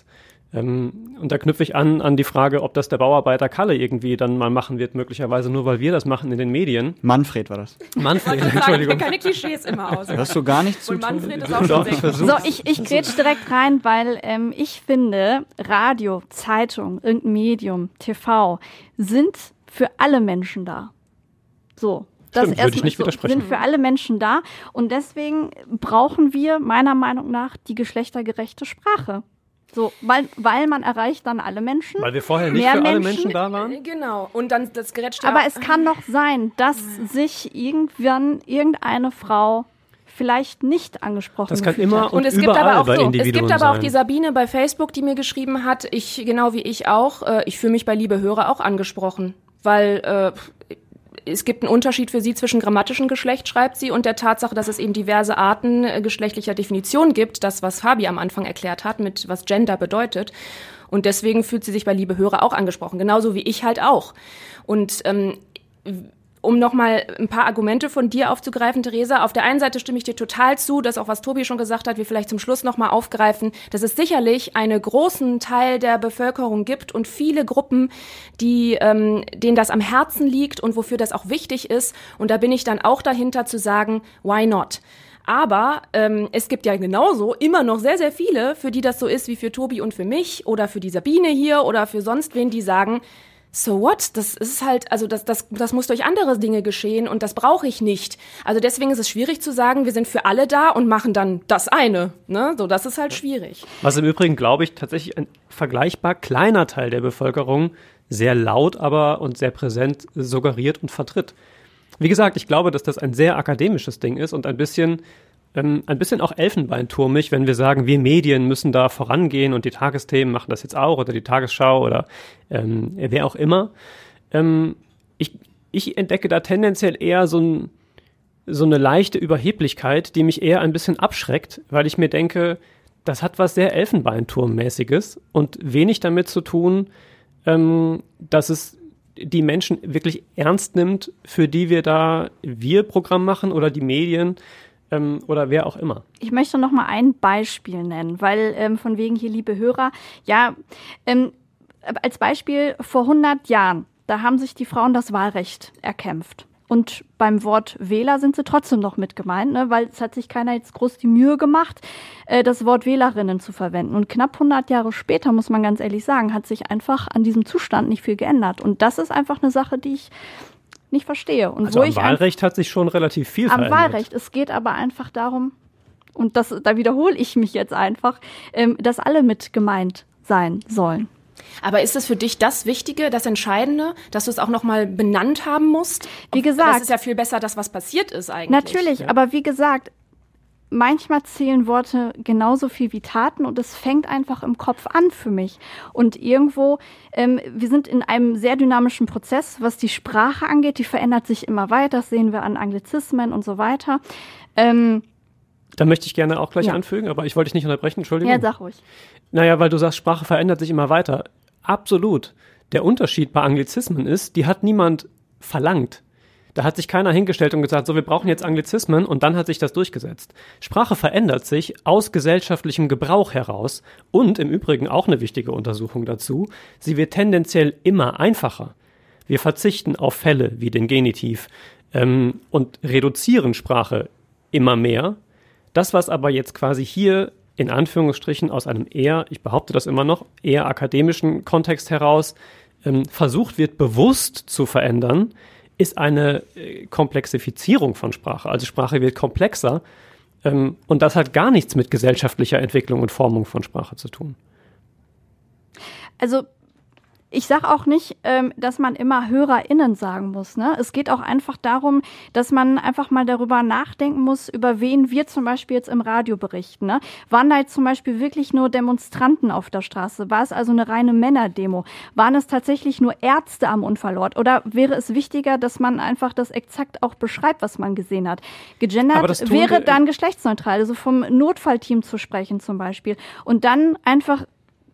Und da knüpfe ich an die Frage, ob das der Bauarbeiter Kalle irgendwie dann mal machen wird, möglicherweise nur, weil wir das machen in den Medien. Manfred war das. Manfred, Ich Entschuldigung. keine Klischees immer aus. Hörst du gar nicht zu? Und Manfred ist auch Doch, schon ich sehr versuche. So, ich grätsch direkt rein, weil ich finde, Radio, Zeitung, irgendein Medium, TV sind für alle Menschen da. So. Stimmt, würde ich nicht widersprechen. Sind für alle Menschen da und deswegen brauchen wir meiner Meinung nach die geschlechtergerechte Sprache. So, weil man erreicht dann alle Menschen. Weil wir vorher nicht mehr für alle Menschen da waren? Genau. Und dann das Gerät steht Aber auch- es kann doch sein, dass sich irgendwann irgendeine Frau vielleicht nicht angesprochen Das kann gefühlt immer hat. Und es gibt überall aber auch bei so, es Individuen gibt aber auch sein. die Sabine bei Facebook, die mir geschrieben hat, genau wie ich auch, ich fühle mich bei Liebe Hörer auch angesprochen, weil es gibt einen Unterschied für sie zwischen grammatischem Geschlecht, schreibt sie, und der Tatsache, dass es eben diverse Arten geschlechtlicher Definition gibt, das, was Fabi am Anfang erklärt hat, mit was Gender bedeutet. Und deswegen fühlt sie sich bei Liebe Hörer auch angesprochen, genauso wie ich halt auch. Und um nochmal ein paar Argumente von dir aufzugreifen, Theresa, auf der einen Seite stimme ich dir total zu, dass auch was Tobi schon gesagt hat, wir vielleicht zum Schluss nochmal aufgreifen, dass es sicherlich einen großen Teil der Bevölkerung gibt und viele Gruppen, denen das am Herzen liegt und wofür das auch wichtig ist. Und da bin ich dann auch dahinter zu sagen, why not? Aber es gibt ja genauso immer noch sehr, sehr viele, für die das so ist wie für Tobi und für mich oder für die Sabine hier oder für sonst wen, die sagen, so what? Das ist halt, also das muss durch andere Dinge geschehen und das brauche ich nicht. Also deswegen ist es schwierig zu sagen, wir sind für alle da und machen dann das eine. Ne? So, das ist halt schwierig. Was im Übrigen, glaube ich, tatsächlich ein vergleichbar kleiner Teil der Bevölkerung sehr laut aber und sehr präsent suggeriert und vertritt. Wie gesagt, ich glaube, dass das ein sehr akademisches Ding ist und ein bisschen auch elfenbeinturmig, wenn wir sagen, wir Medien müssen da vorangehen und die Tagesthemen machen das jetzt auch oder die Tagesschau oder wer auch immer. Ich entdecke da tendenziell eher so eine leichte Überheblichkeit, die mich eher ein bisschen abschreckt, weil ich mir denke, das hat was sehr Elfenbeinturmmäßiges und wenig damit zu tun, dass es die Menschen wirklich ernst nimmt, für die wir Programm machen oder die Medien oder wer auch immer. Ich möchte noch mal ein Beispiel nennen, weil von wegen hier, liebe Hörer, ja, als Beispiel vor 100 Jahren, da haben sich die Frauen das Wahlrecht erkämpft. Und beim Wort Wähler sind sie trotzdem noch mit gemeint, ne? Weil es hat sich keiner jetzt groß die Mühe gemacht, das Wort Wählerinnen zu verwenden. Und knapp 100 Jahre später, muss man ganz ehrlich sagen, hat sich einfach an diesem Zustand nicht viel geändert. Und das ist einfach eine Sache, die ich nicht verstehe. Und also am Wahlrecht hat sich schon relativ viel verändert. Am Wahlrecht. Es geht aber einfach darum, und da wiederhole ich mich jetzt einfach, dass alle mit gemeint sein sollen. Aber ist es für dich das Wichtige, das Entscheidende, dass du es auch nochmal benannt haben musst? Wie gesagt. Das ist ja viel besser, das, was passiert ist eigentlich. Natürlich, ja. Aber wie gesagt, manchmal zählen Worte genauso viel wie Taten und es fängt einfach im Kopf an für mich. Und irgendwo, wir sind in einem sehr dynamischen Prozess, was die Sprache angeht, die verändert sich immer weiter, das sehen wir an Anglizismen und so weiter. Da möchte ich gerne auch gleich anfügen, aber ich wollte dich nicht unterbrechen, Entschuldigung. Ja, sag ruhig. Naja, weil du sagst, Sprache verändert sich immer weiter. Absolut. Der Unterschied bei Anglizismen ist, die hat niemand verlangt. Da hat sich keiner hingestellt und gesagt, so, wir brauchen jetzt Anglizismen und dann hat sich das durchgesetzt. Sprache verändert sich aus gesellschaftlichem Gebrauch heraus und im Übrigen auch eine wichtige Untersuchung dazu, sie wird tendenziell immer einfacher. Wir verzichten auf Fälle wie den Genitiv und reduzieren Sprache immer mehr. Das, was aber jetzt quasi hier in Anführungsstrichen aus einem eher, ich behaupte das immer noch, eher akademischen Kontext heraus versucht wird, bewusst zu verändern, ist eine Komplexifizierung von Sprache. Also Sprache wird komplexer und das hat gar nichts mit gesellschaftlicher Entwicklung und Formung von Sprache zu tun. Also ich sage auch nicht, dass man immer HörerInnen sagen muss. Ne? Es geht auch einfach darum, dass man einfach mal darüber nachdenken muss, über wen wir zum Beispiel jetzt im Radio berichten. Ne? Waren da jetzt zum Beispiel wirklich nur Demonstranten auf der Straße? War es also eine reine Männerdemo? Waren es tatsächlich nur Ärzte am Unfallort? Oder wäre es wichtiger, dass man einfach das exakt auch beschreibt, was man gesehen hat? Gegendert wäre dann geschlechtsneutral, also vom Notfallteam zu sprechen zum Beispiel. Und dann einfach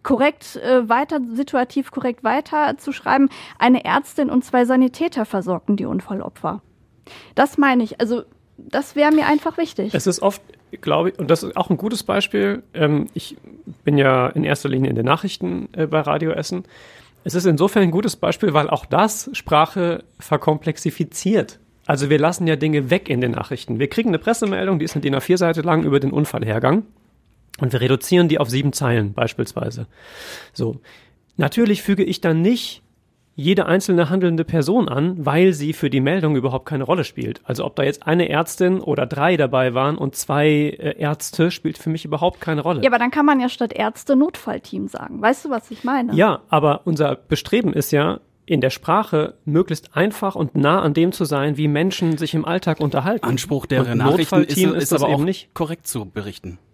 situativ korrekt weiter zu schreiben, eine Ärztin und 2 Sanitäter versorgten die Unfallopfer. Das meine ich, also das wäre mir einfach wichtig. Es ist oft, glaube ich, und das ist auch ein gutes Beispiel, ich bin ja in erster Linie in den Nachrichten bei Radio Essen. Es ist insofern ein gutes Beispiel, weil auch das Sprache verkomplexifiziert. Also wir lassen ja Dinge weg in den Nachrichten. Wir kriegen eine Pressemeldung, die ist eine DIN A4-Seite lang über den Unfallhergang. Und wir reduzieren die auf 7 Zeilen beispielsweise. So. Natürlich füge ich dann nicht jede einzelne handelnde Person an, weil sie für die Meldung überhaupt keine Rolle spielt. Also ob da jetzt eine Ärztin oder 3 dabei waren und 2 Ärzte, spielt für mich überhaupt keine Rolle. Ja, aber dann kann man ja statt Ärzte Notfallteam sagen. Weißt du, was ich meine? Ja, aber unser Bestreben ist ja, in der Sprache möglichst einfach und nah an dem zu sein, wie Menschen sich im Alltag unterhalten. Anspruch der Nachrichten ist aber auch nicht korrekt zu berichten.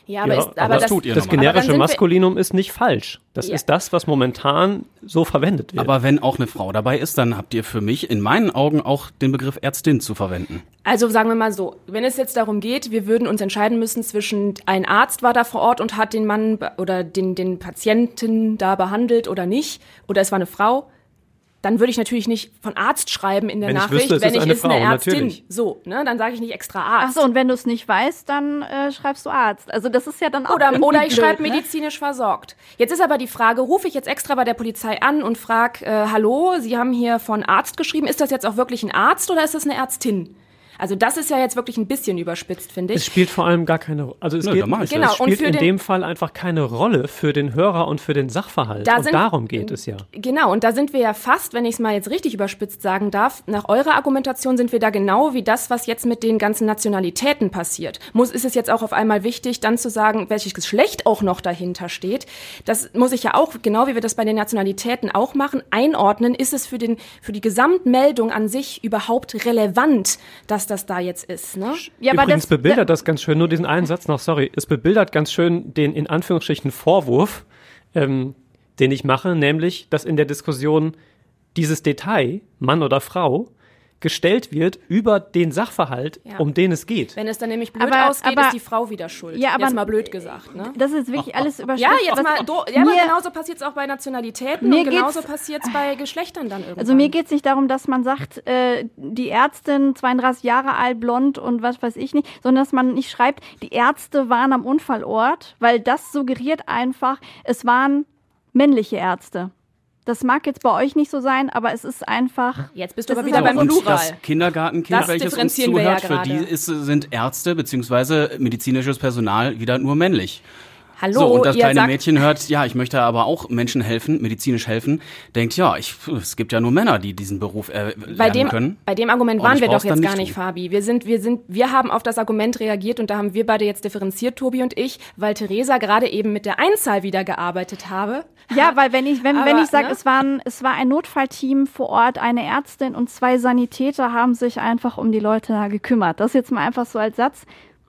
Ja, aber, Ja, aber das tut ihr Das nochmal. generische wir- Maskulinum ist nicht falsch. Das Ja. ist das, was momentan so verwendet wird. Aber wenn auch eine Frau dabei ist, dann habt ihr für mich in meinen Augen auch den Begriff Ärztin zu verwenden. Also sagen wir mal so, wenn es jetzt darum geht, wir würden uns entscheiden müssen zwischen ein Arzt war da vor Ort und hat den Mann oder den Patienten da behandelt oder nicht, oder es war eine Frau, dann würde ich natürlich nicht von Arzt schreiben in der Wenn ich Nachricht, wüsste, es wenn ist ich eine ist eine Frau, Ärztin. natürlich. So, ne, dann sage ich nicht extra Ach Arzt. so, und wenn du es nicht weißt, dann schreibst du Arzt. Also das ist ja dann auch Oder irgendwie ich blöd, schreibe ne? medizinisch versorgt. Jetzt ist aber die Frage, rufe ich jetzt extra bei der Polizei an und frage, hallo, Sie haben hier von Arzt geschrieben, ist das jetzt auch wirklich ein Arzt oder ist das eine Ärztin? Also das ist ja jetzt wirklich ein bisschen überspitzt, finde Es ich. spielt vor allem gar keine Rolle. Also es Nö, geht, dann mach ich Genau, es und spielt für in den- dem Fall einfach keine Rolle für den Hörer und für den Sachverhalt. Da Und sind- darum geht es ja. Genau, und da sind wir ja fast, wenn ich es mal jetzt richtig überspitzt sagen darf, nach eurer Argumentation sind wir da genau wie das, was jetzt mit den ganzen Nationalitäten passiert. Ist es jetzt auch auf einmal wichtig, dann zu sagen, welches Geschlecht auch noch dahinter steht? Das muss ich ja auch, genau wie wir das bei den Nationalitäten auch machen, einordnen. Ist es für die Gesamtmeldung an sich überhaupt relevant, dass das da jetzt ist? Ne? Ja, aber Übrigens das, bebildert das ganz schön, nur diesen einen Satz noch, sorry, es bebildert ganz schön den in Anführungsstrichen Vorwurf, den ich mache, nämlich, dass in der Diskussion dieses Detail, Mann oder Frau, gestellt wird über den Sachverhalt, Ja. um den es geht. Wenn es dann nämlich blöd Aber- ausgeht, aber- ist die Frau wieder schuld. Ja, aber- jetzt mal blöd gesagt. Ne? das ist wirklich alles überspitzt. Ja, jetzt Was- mal, ja, aber mir- genauso passiert es auch bei Nationalitäten Mir und genauso geht's- passiert es bei Geschlechtern dann irgendwann. Also mir geht es nicht darum, dass man sagt, die Ärztin, 32 Jahre alt, blond und was weiß ich nicht, sondern dass man nicht schreibt, die Ärzte waren am Unfallort, weil das suggeriert einfach, es waren männliche Ärzte. Das mag jetzt bei euch nicht so sein, aber es ist einfach... Jetzt bist du Das aber ist wieder aber beim so Und Plural. das Kindergartenkind, Das welches uns differenzieren wir zuhört, ja für gerade. die sind Ärzte bzw. medizinisches Personal wieder nur männlich. Hallo, So, und das ihr kleine sagt, Mädchen hört, ja, ich möchte aber auch Menschen helfen, medizinisch helfen, denkt, ja, es gibt ja nur Männer, die diesen Beruf lernen können. bei dem Argument Und waren ich wir doch brauch's dann jetzt gar nicht nicht, tun. Fabi. Wir haben auf das Argument reagiert und da haben wir beide jetzt differenziert, Tobi und ich, weil Theresa gerade eben mit der Einzahl wieder gearbeitet habe. Ja, weil wenn ich Aber, sage, ne? es war ein Notfallteam vor Ort, eine Ärztin und 2 Sanitäter haben sich einfach um die Leute da gekümmert. Das jetzt mal einfach so als Satz.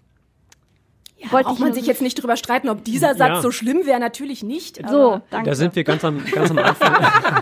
Ja, Wollte braucht ich man nur- sich jetzt nicht drüber streiten, ob dieser Satz Ja. so schlimm wäre, natürlich nicht. So, aber- danke. Da sind wir ganz am Anfang.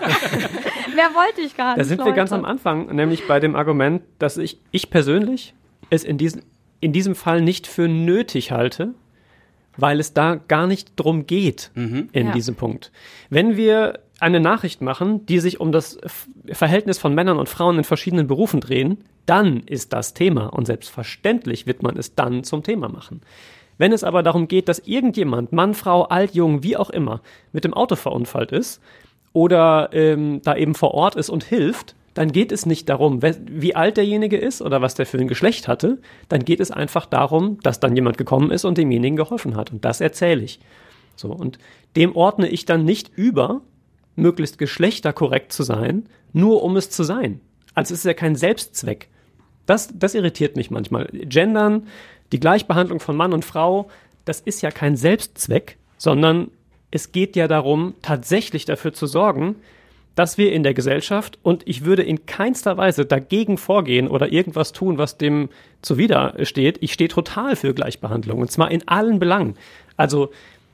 Mehr wollte ich gar nicht. Da sind wir ganz am Anfang, nämlich bei dem Argument, dass ich persönlich es in diesem Fall nicht für nötig halte, weil es da gar nicht drum geht in Ja. diesem Punkt. Wenn wir eine Nachricht machen, die sich um das Verhältnis von Männern und Frauen in verschiedenen Berufen drehen, dann ist das Thema und selbstverständlich wird man es dann zum Thema machen. Wenn es aber darum geht, dass irgendjemand, Mann, Frau, alt, jung, wie auch immer, mit dem Auto verunfallt ist oder da eben vor Ort ist und hilft, dann geht es nicht darum, wie alt derjenige ist oder was der für ein Geschlecht hatte. Dann geht es einfach darum, dass dann jemand gekommen ist und demjenigen geholfen hat. Und das erzähle ich. So, und dem ordne ich dann nicht über, möglichst geschlechterkorrekt zu sein, nur um es zu sein. Also es ist ja kein Selbstzweck. Das irritiert mich manchmal. Gendern, die Gleichbehandlung von Mann und Frau, das ist ja kein Selbstzweck, sondern es geht ja darum, tatsächlich dafür zu sorgen, dass wir in der Gesellschaft, und ich würde in keinster Weise dagegen vorgehen oder irgendwas tun, was dem zuwidersteht. Ich stehe total für Gleichbehandlung, und zwar in allen Belangen. Also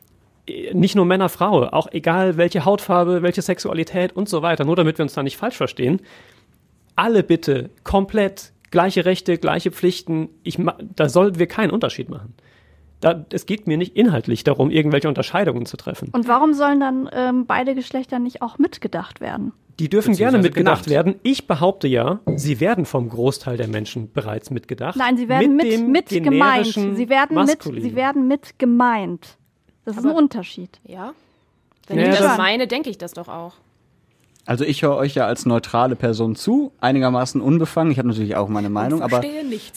nicht nur Männer, Frau, auch egal welche Hautfarbe, welche Sexualität und so weiter, nur damit wir uns da nicht falsch verstehen. Alle bitte komplett gleiche Rechte, gleiche Pflichten. Da sollten wir keinen Unterschied machen. Es geht mir nicht inhaltlich darum, irgendwelche Unterscheidungen zu treffen. Und warum sollen dann beide Geschlechter nicht auch mitgedacht werden? Die dürfen gerne Beziehungsweise mitgedacht genannt. werden. Ich behaupte ja, sie werden vom Großteil der Menschen bereits mitgedacht. Nein, sie werden dem mit gemeint. generischen Sie werden Maskulinen. mit gemeint. Das ist ein Unterschied. Ja. Wenn Ja, ich das das- meine, denke ich das doch auch. Also ich höre euch ja als neutrale Person zu, einigermaßen unbefangen. Ich habe natürlich auch meine Meinung, aber Verstehe nichts.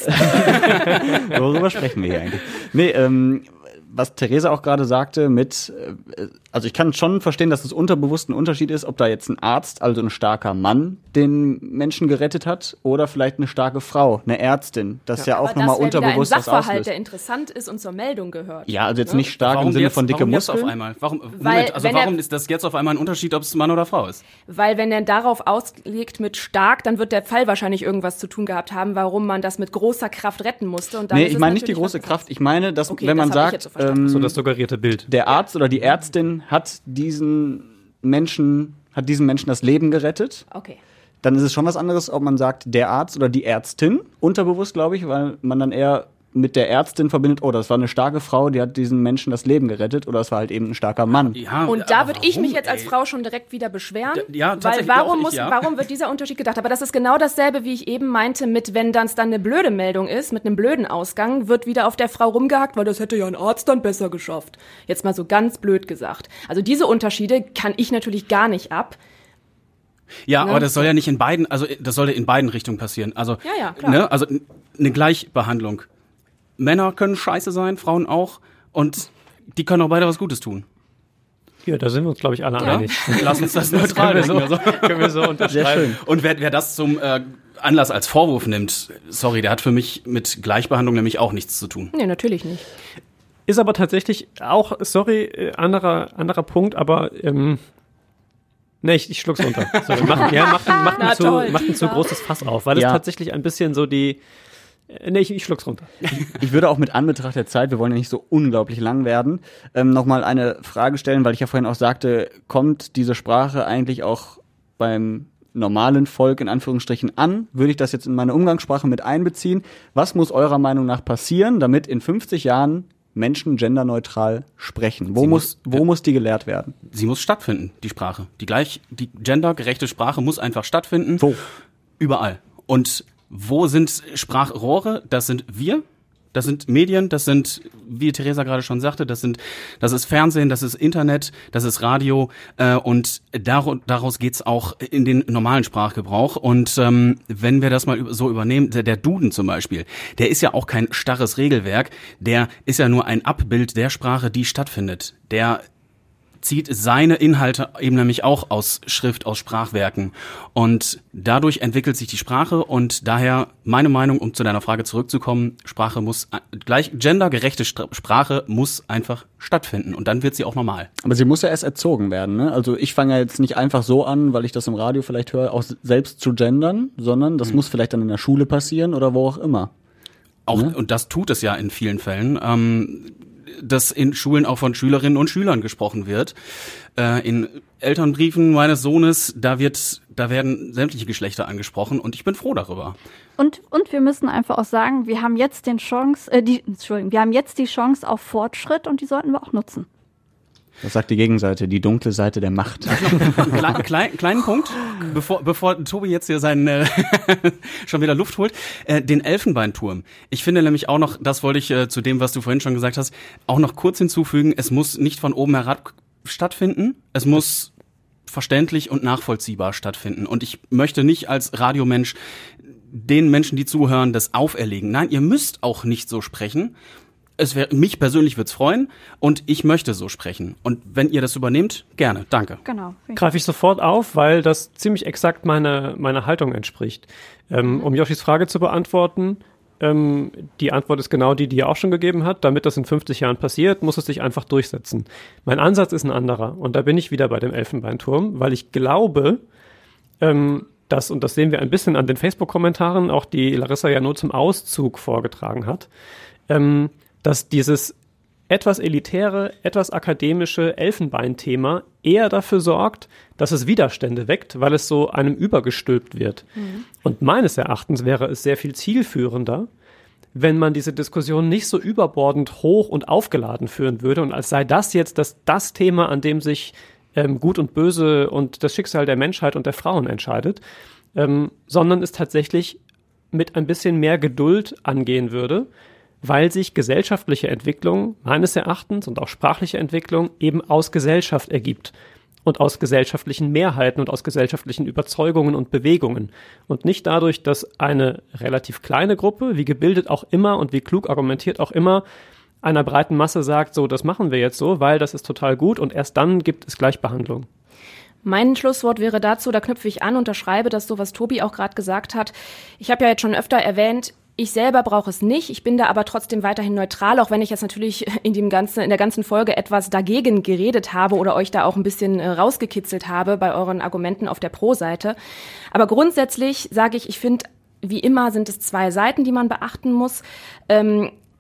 worüber sprechen wir hier eigentlich? Nee, was Theresa auch gerade sagte also ich kann schon verstehen, dass es unterbewusst ein Unterschied ist, ob da jetzt ein Arzt, also ein starker Mann, den Menschen gerettet hat oder vielleicht eine starke Frau, eine Ärztin. Das ja auch Aber nochmal das wäre wieder unterbewusst ein was Sachverhalt, auslöst. der interessant ist und zur Meldung gehört. Ja, also jetzt nicht stark im Sinne von dicke warum jetzt auf Muskeln. einmal? wenn Warum ist das jetzt auf einmal ein Unterschied, ob es Mann oder Frau ist? Weil wenn er darauf auslegt mit stark, dann wird der Fall wahrscheinlich irgendwas zu tun gehabt haben, warum man das mit großer Kraft retten musste. Und dann Nee, ist ich es meine nicht die natürlich große was Kraft. Ich meine, dass Okay, wenn man das hab ich sagt, jetzt so So das suggerierte Bild. Der Arzt oder die Ärztin hat diesen Menschen das Leben gerettet. Okay. Dann ist es schon was anderes, ob man sagt, der Arzt oder die Ärztin. Unterbewusst, glaube ich, weil man dann eher mit der Ärztin verbindet, oh, das war eine starke Frau, die hat diesen Menschen das Leben gerettet, oder es war halt eben ein starker Mann. Ja, Und da aber würde ich warum, mich jetzt als ey? Frau schon direkt wieder beschweren, Ja, weil tatsächlich warum auch ich, ja. warum wird dieser Unterschied gedacht? Aber das ist genau dasselbe, wie ich eben meinte, mit wenn dann eine blöde Meldung ist, mit einem blöden Ausgang, wird wieder auf der Frau rumgehackt, weil das hätte ja ein Arzt dann besser geschafft. Jetzt mal so ganz blöd gesagt. Also diese Unterschiede kann ich natürlich gar nicht ab. Ja, Ne? aber das soll ja nicht in beiden, also das sollte in beiden Richtungen passieren. Also, Ja, klar. ne, also eine Gleichbehandlung. Männer können scheiße sein, Frauen auch, und die können auch beide was Gutes tun. Ja, da sind wir uns, glaube ich, alle einig. Lass uns das neutral können wir denken. können wir so unterschreiben. Sehr schön. Und wer das zum Anlass als Vorwurf nimmt, sorry, der hat für mich mit Gleichbehandlung nämlich auch nichts zu tun. Nee, natürlich nicht. Ist aber tatsächlich auch, sorry, anderer Punkt, aber ne, ich schluck's runter. Sorry, macht ein zu großes Fass auf, weil es Ja. tatsächlich ein bisschen so die. Ne, ich schluck's runter. Ich würde auch mit Anbetracht der Zeit, wir wollen ja nicht so unglaublich lang werden, nochmal eine Frage stellen, weil ich ja vorhin auch sagte, kommt diese Sprache eigentlich auch beim normalen Volk in Anführungsstrichen an? Würde ich das jetzt in meine Umgangssprache mit einbeziehen? Was muss eurer Meinung nach passieren, damit in 50 Jahren Menschen genderneutral sprechen? Wo muss die gelehrt werden? Sie muss stattfinden, die Sprache. Die gendergerechte Sprache muss einfach stattfinden. Wo? Überall. Und wo sind Sprachrohre? Das sind wir. Das sind Medien, das sind, wie Theresa gerade schon sagte, das ist Fernsehen, das ist Internet, das ist Radio, und daraus geht's auch in den normalen Sprachgebrauch. Und wenn wir das mal so übernehmen, der Duden zum Beispiel, der ist ja auch kein starres Regelwerk, der ist ja nur ein Abbild der Sprache, die stattfindet. Der zieht seine Inhalte eben nämlich auch aus Schrift, aus Sprachwerken. Und dadurch entwickelt sich die Sprache, und daher meine Meinung, um zu deiner Frage zurückzukommen, gendergerechte Sprache muss einfach stattfinden, und dann wird sie auch normal. Aber sie muss ja erst erzogen werden, ne? Also ich fange ja jetzt nicht einfach so an, weil ich das im Radio vielleicht höre, auch selbst zu gendern, sondern das muss vielleicht dann in der Schule passieren oder wo auch immer. Auch, Ne? und das tut es ja in vielen Fällen, dass in Schulen auch von Schülerinnen und Schülern gesprochen wird. In Elternbriefen meines Sohnes, da werden sämtliche Geschlechter angesprochen, und ich bin froh darüber. Und wir müssen einfach auch sagen, wir haben jetzt wir haben jetzt die Chance auf Fortschritt, und die sollten wir auch nutzen. Das sagt die Gegenseite, die dunkle Seite der Macht. Kleinen Punkt, bevor Tobi jetzt hier seinen schon wieder Luft holt, den Elfenbeinturm. Ich finde nämlich auch noch, das wollte ich zu dem, was du vorhin schon gesagt hast, auch noch kurz hinzufügen, es muss nicht von oben herab stattfinden, es muss verständlich und nachvollziehbar stattfinden. Und ich möchte nicht als Radiomensch den Menschen, die zuhören, das auferlegen. Nein, ihr müsst auch nicht so sprechen. Mich persönlich wird's freuen, und ich möchte so sprechen. Und wenn ihr das übernehmt, gerne. Danke. Genau. Greife ich sofort auf, weil das ziemlich exakt meiner Haltung entspricht. Um Joschis Frage zu beantworten, die Antwort ist genau die er auch schon gegeben hat. Damit das in 50 Jahren passiert, muss es sich einfach durchsetzen. Mein Ansatz ist ein anderer, und da bin ich wieder bei dem Elfenbeinturm, weil ich glaube, und das sehen wir ein bisschen an den Facebook-Kommentaren, auch die Larissa ja nur zum Auszug vorgetragen hat, dass dieses etwas elitäre, etwas akademische Elfenbeinthema eher dafür sorgt, dass es Widerstände weckt, weil es so einem übergestülpt wird. Und meines Erachtens wäre es sehr viel zielführender, wenn man diese Diskussion nicht so überbordend hoch und aufgeladen führen würde, und als sei das jetzt das Thema, an dem sich Gut und Böse und das Schicksal der Menschheit und der Frauen entscheidet, sondern es tatsächlich mit ein bisschen mehr Geduld angehen würde, weil sich gesellschaftliche Entwicklung meines Erachtens und auch sprachliche Entwicklung eben aus Gesellschaft ergibt und aus gesellschaftlichen Mehrheiten und aus gesellschaftlichen Überzeugungen und Bewegungen, und nicht dadurch, dass eine relativ kleine Gruppe, wie gebildet auch immer und wie klug argumentiert auch immer, einer breiten Masse sagt, so, das machen wir jetzt so, weil das ist total gut, und erst dann gibt es Gleichbehandlung. Mein Schlusswort wäre dazu, da knüpfe ich an, unterschreibe das so, was Tobi auch gerade gesagt hat. Ich habe ja jetzt schon öfter erwähnt, ich selber brauche es nicht. Ich bin da aber trotzdem weiterhin neutral, auch wenn ich jetzt natürlich in der ganzen Folge etwas dagegen geredet habe oder euch da auch ein bisschen rausgekitzelt habe bei euren Argumenten auf der Pro-Seite. Aber grundsätzlich sage ich finde, wie immer sind es zwei Seiten, die man beachten muss.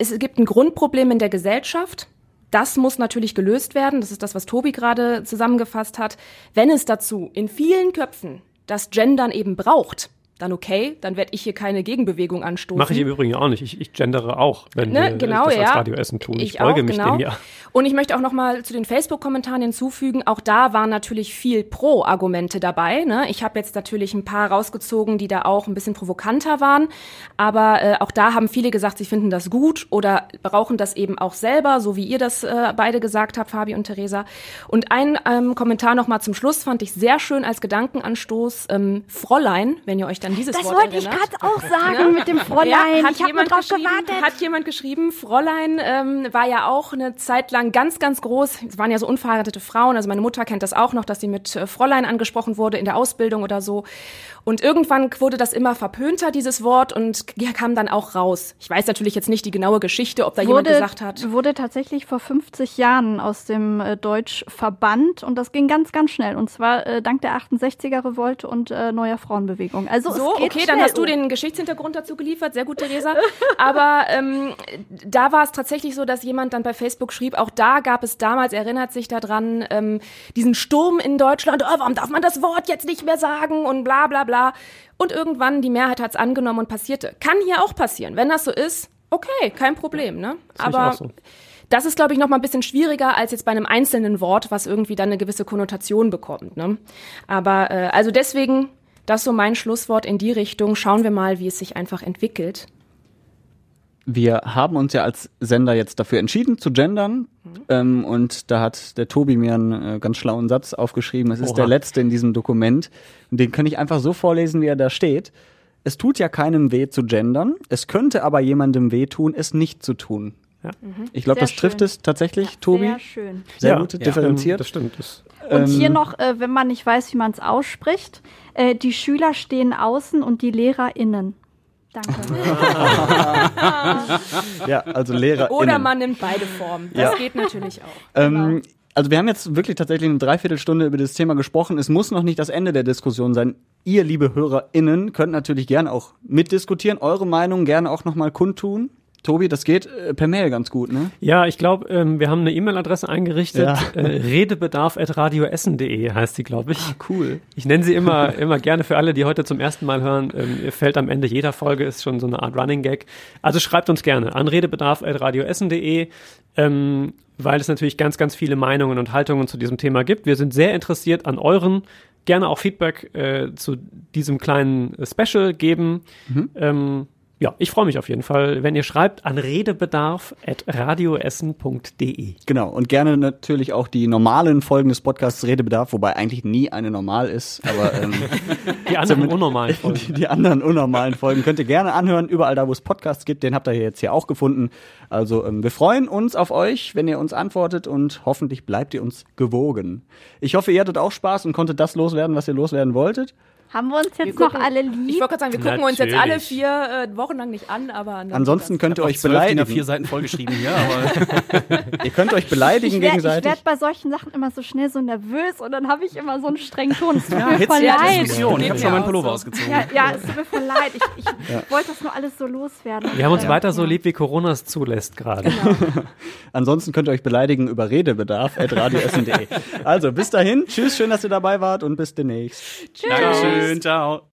es gibt ein Grundproblem in der Gesellschaft. Das muss natürlich gelöst werden. Das ist das, was Tobi gerade zusammengefasst hat. Wenn es dazu in vielen Köpfen das Gendern eben braucht, dann okay, dann werde ich hier keine Gegenbewegung anstoßen. Mache ich im Übrigen auch nicht. Ich gendere auch, wenn wir genau, das als Radio Essen tun. Ich beuge mich dem ja. Und ich möchte auch noch mal zu den Facebook-Kommentaren hinzufügen, auch da waren natürlich viel Pro-Argumente dabei. Ne? Ich habe jetzt natürlich ein paar rausgezogen, die da auch ein bisschen provokanter waren. Aber auch da haben viele gesagt, sie finden das gut oder brauchen das eben auch selber, so wie ihr das beide gesagt habt, Fabi und Theresa. Und ein Kommentar noch mal zum Schluss fand ich sehr schön als Gedankenanstoß. Fräulein, wenn ihr euch dann dieses das Wort wollte erinnert. ich gerade auch sagen mit dem Fräulein. Ja, ich habe nur drauf gewartet. Hat jemand geschrieben, Fräulein war ja auch eine Zeit lang ganz, ganz groß. Es waren ja so unverheiratete Frauen. Also meine Mutter kennt das auch noch, dass sie mit Fräulein angesprochen wurde in der Ausbildung oder so. Und irgendwann wurde das immer verpönter, dieses Wort, und kam dann auch raus. Ich weiß natürlich jetzt nicht die genaue Geschichte, ob da jemand gesagt hat. Wurde tatsächlich vor 50 Jahren aus dem Deutsch verbannt und das ging ganz, ganz schnell. Und zwar dank der 68er-Revolte und neuer Frauenbewegung. Also so, okay, dann hast du den Geschichtshintergrund dazu geliefert. Sehr gut, Theresa. Aber da war es tatsächlich so, dass jemand dann bei Facebook schrieb, auch da gab es damals, erinnert sich daran, diesen Sturm in Deutschland, warum darf man das Wort jetzt nicht mehr sagen und bla bla bla. Und irgendwann, die Mehrheit hat es angenommen und passierte. Kann hier auch passieren. Wenn das so ist, okay, kein Problem. Ne? Aber so. Das ist, glaube ich, noch mal ein bisschen schwieriger als jetzt bei einem einzelnen Wort, was irgendwie dann eine gewisse Konnotation bekommt. Ne? Aber also deswegen, das ist so mein Schlusswort in die Richtung. Schauen wir mal, wie es sich einfach entwickelt. Wir haben uns ja als Sender jetzt dafür entschieden, zu gendern. Und da hat der Tobi mir einen ganz schlauen Satz aufgeschrieben. Es ist der letzte in diesem Dokument. Und den kann ich einfach so vorlesen, wie er da steht. Es tut ja keinem weh zu gendern. Es könnte aber jemandem wehtun, es nicht zu tun. Ja. Ich glaube, das trifft es tatsächlich, ja, Tobi. Sehr schön. Sehr gut differenziert. Das stimmt. Und hier noch, wenn man nicht weiß, wie man es ausspricht, die Schüler stehen außen und die Lehrer innen. Danke. Ja, also LehrerInnen. Oder man nimmt beide Formen. Das geht natürlich auch. Genau. Also wir haben jetzt wirklich tatsächlich eine Dreiviertelstunde über das Thema gesprochen. Es muss noch nicht das Ende der Diskussion sein. Ihr, liebe HörerInnen, könnt natürlich gerne auch mitdiskutieren, eure Meinung gerne auch nochmal kundtun. Tobi, das geht per Mail ganz gut, ne? Ja, ich glaube, wir haben eine E-Mail-Adresse eingerichtet. Ja. Redebedarf@radioessen.de heißt die, glaube ich. Ah, cool. Ich nenne sie immer gerne für alle, die heute zum ersten Mal hören. Fällt am Ende jeder Folge, ist schon so eine Art Running Gag. Also schreibt uns gerne an redebedarf@radioessen.de, weil es natürlich ganz, ganz viele Meinungen und Haltungen zu diesem Thema gibt. Wir sind sehr interessiert an euren. Gerne auch Feedback zu diesem kleinen Special geben. Ja, ich freue mich auf jeden Fall, wenn ihr schreibt an redebedarf@radioessen.de. Genau, und gerne natürlich auch die normalen Folgen des Podcasts Redebedarf, wobei eigentlich nie eine normal ist, aber die anderen unnormalen Folgen. Die anderen unnormalen Folgen könnt ihr gerne anhören, überall da, wo es Podcasts gibt, den habt ihr jetzt hier auch gefunden. Also wir freuen uns auf euch, wenn ihr uns antwortet und hoffentlich bleibt ihr uns gewogen. Ich hoffe, ihr hattet auch Spaß und konntet das loswerden, was ihr loswerden wolltet. Haben wir uns jetzt noch alle lieb? Ich wollte gerade sagen, wir gucken uns jetzt alle 4 Wochen lang nicht an, aber ansonsten könnt ihr euch beleidigen. Ich habe 4 Seiten vollgeschrieben hier, aber ihr könnt euch beleidigen gegenseitig. Ich werde bei solchen Sachen immer so schnell so nervös und dann habe ich immer so einen strengen Ton. Es tut ja, mir voll leid. Ich habe schon meinen Pullover ausgezogen. Ja, es tut mir voll leid. Ich wollte das nur alles so loswerden. Wir haben uns weiter so lieb, wie Corona es zulässt gerade. Genau. Ansonsten könnt ihr euch beleidigen über redebedarf@radioessen.de. Also bis dahin, tschüss, schön, dass ihr dabei wart und bis demnächst. Tschüss. Dankeschön, ciao.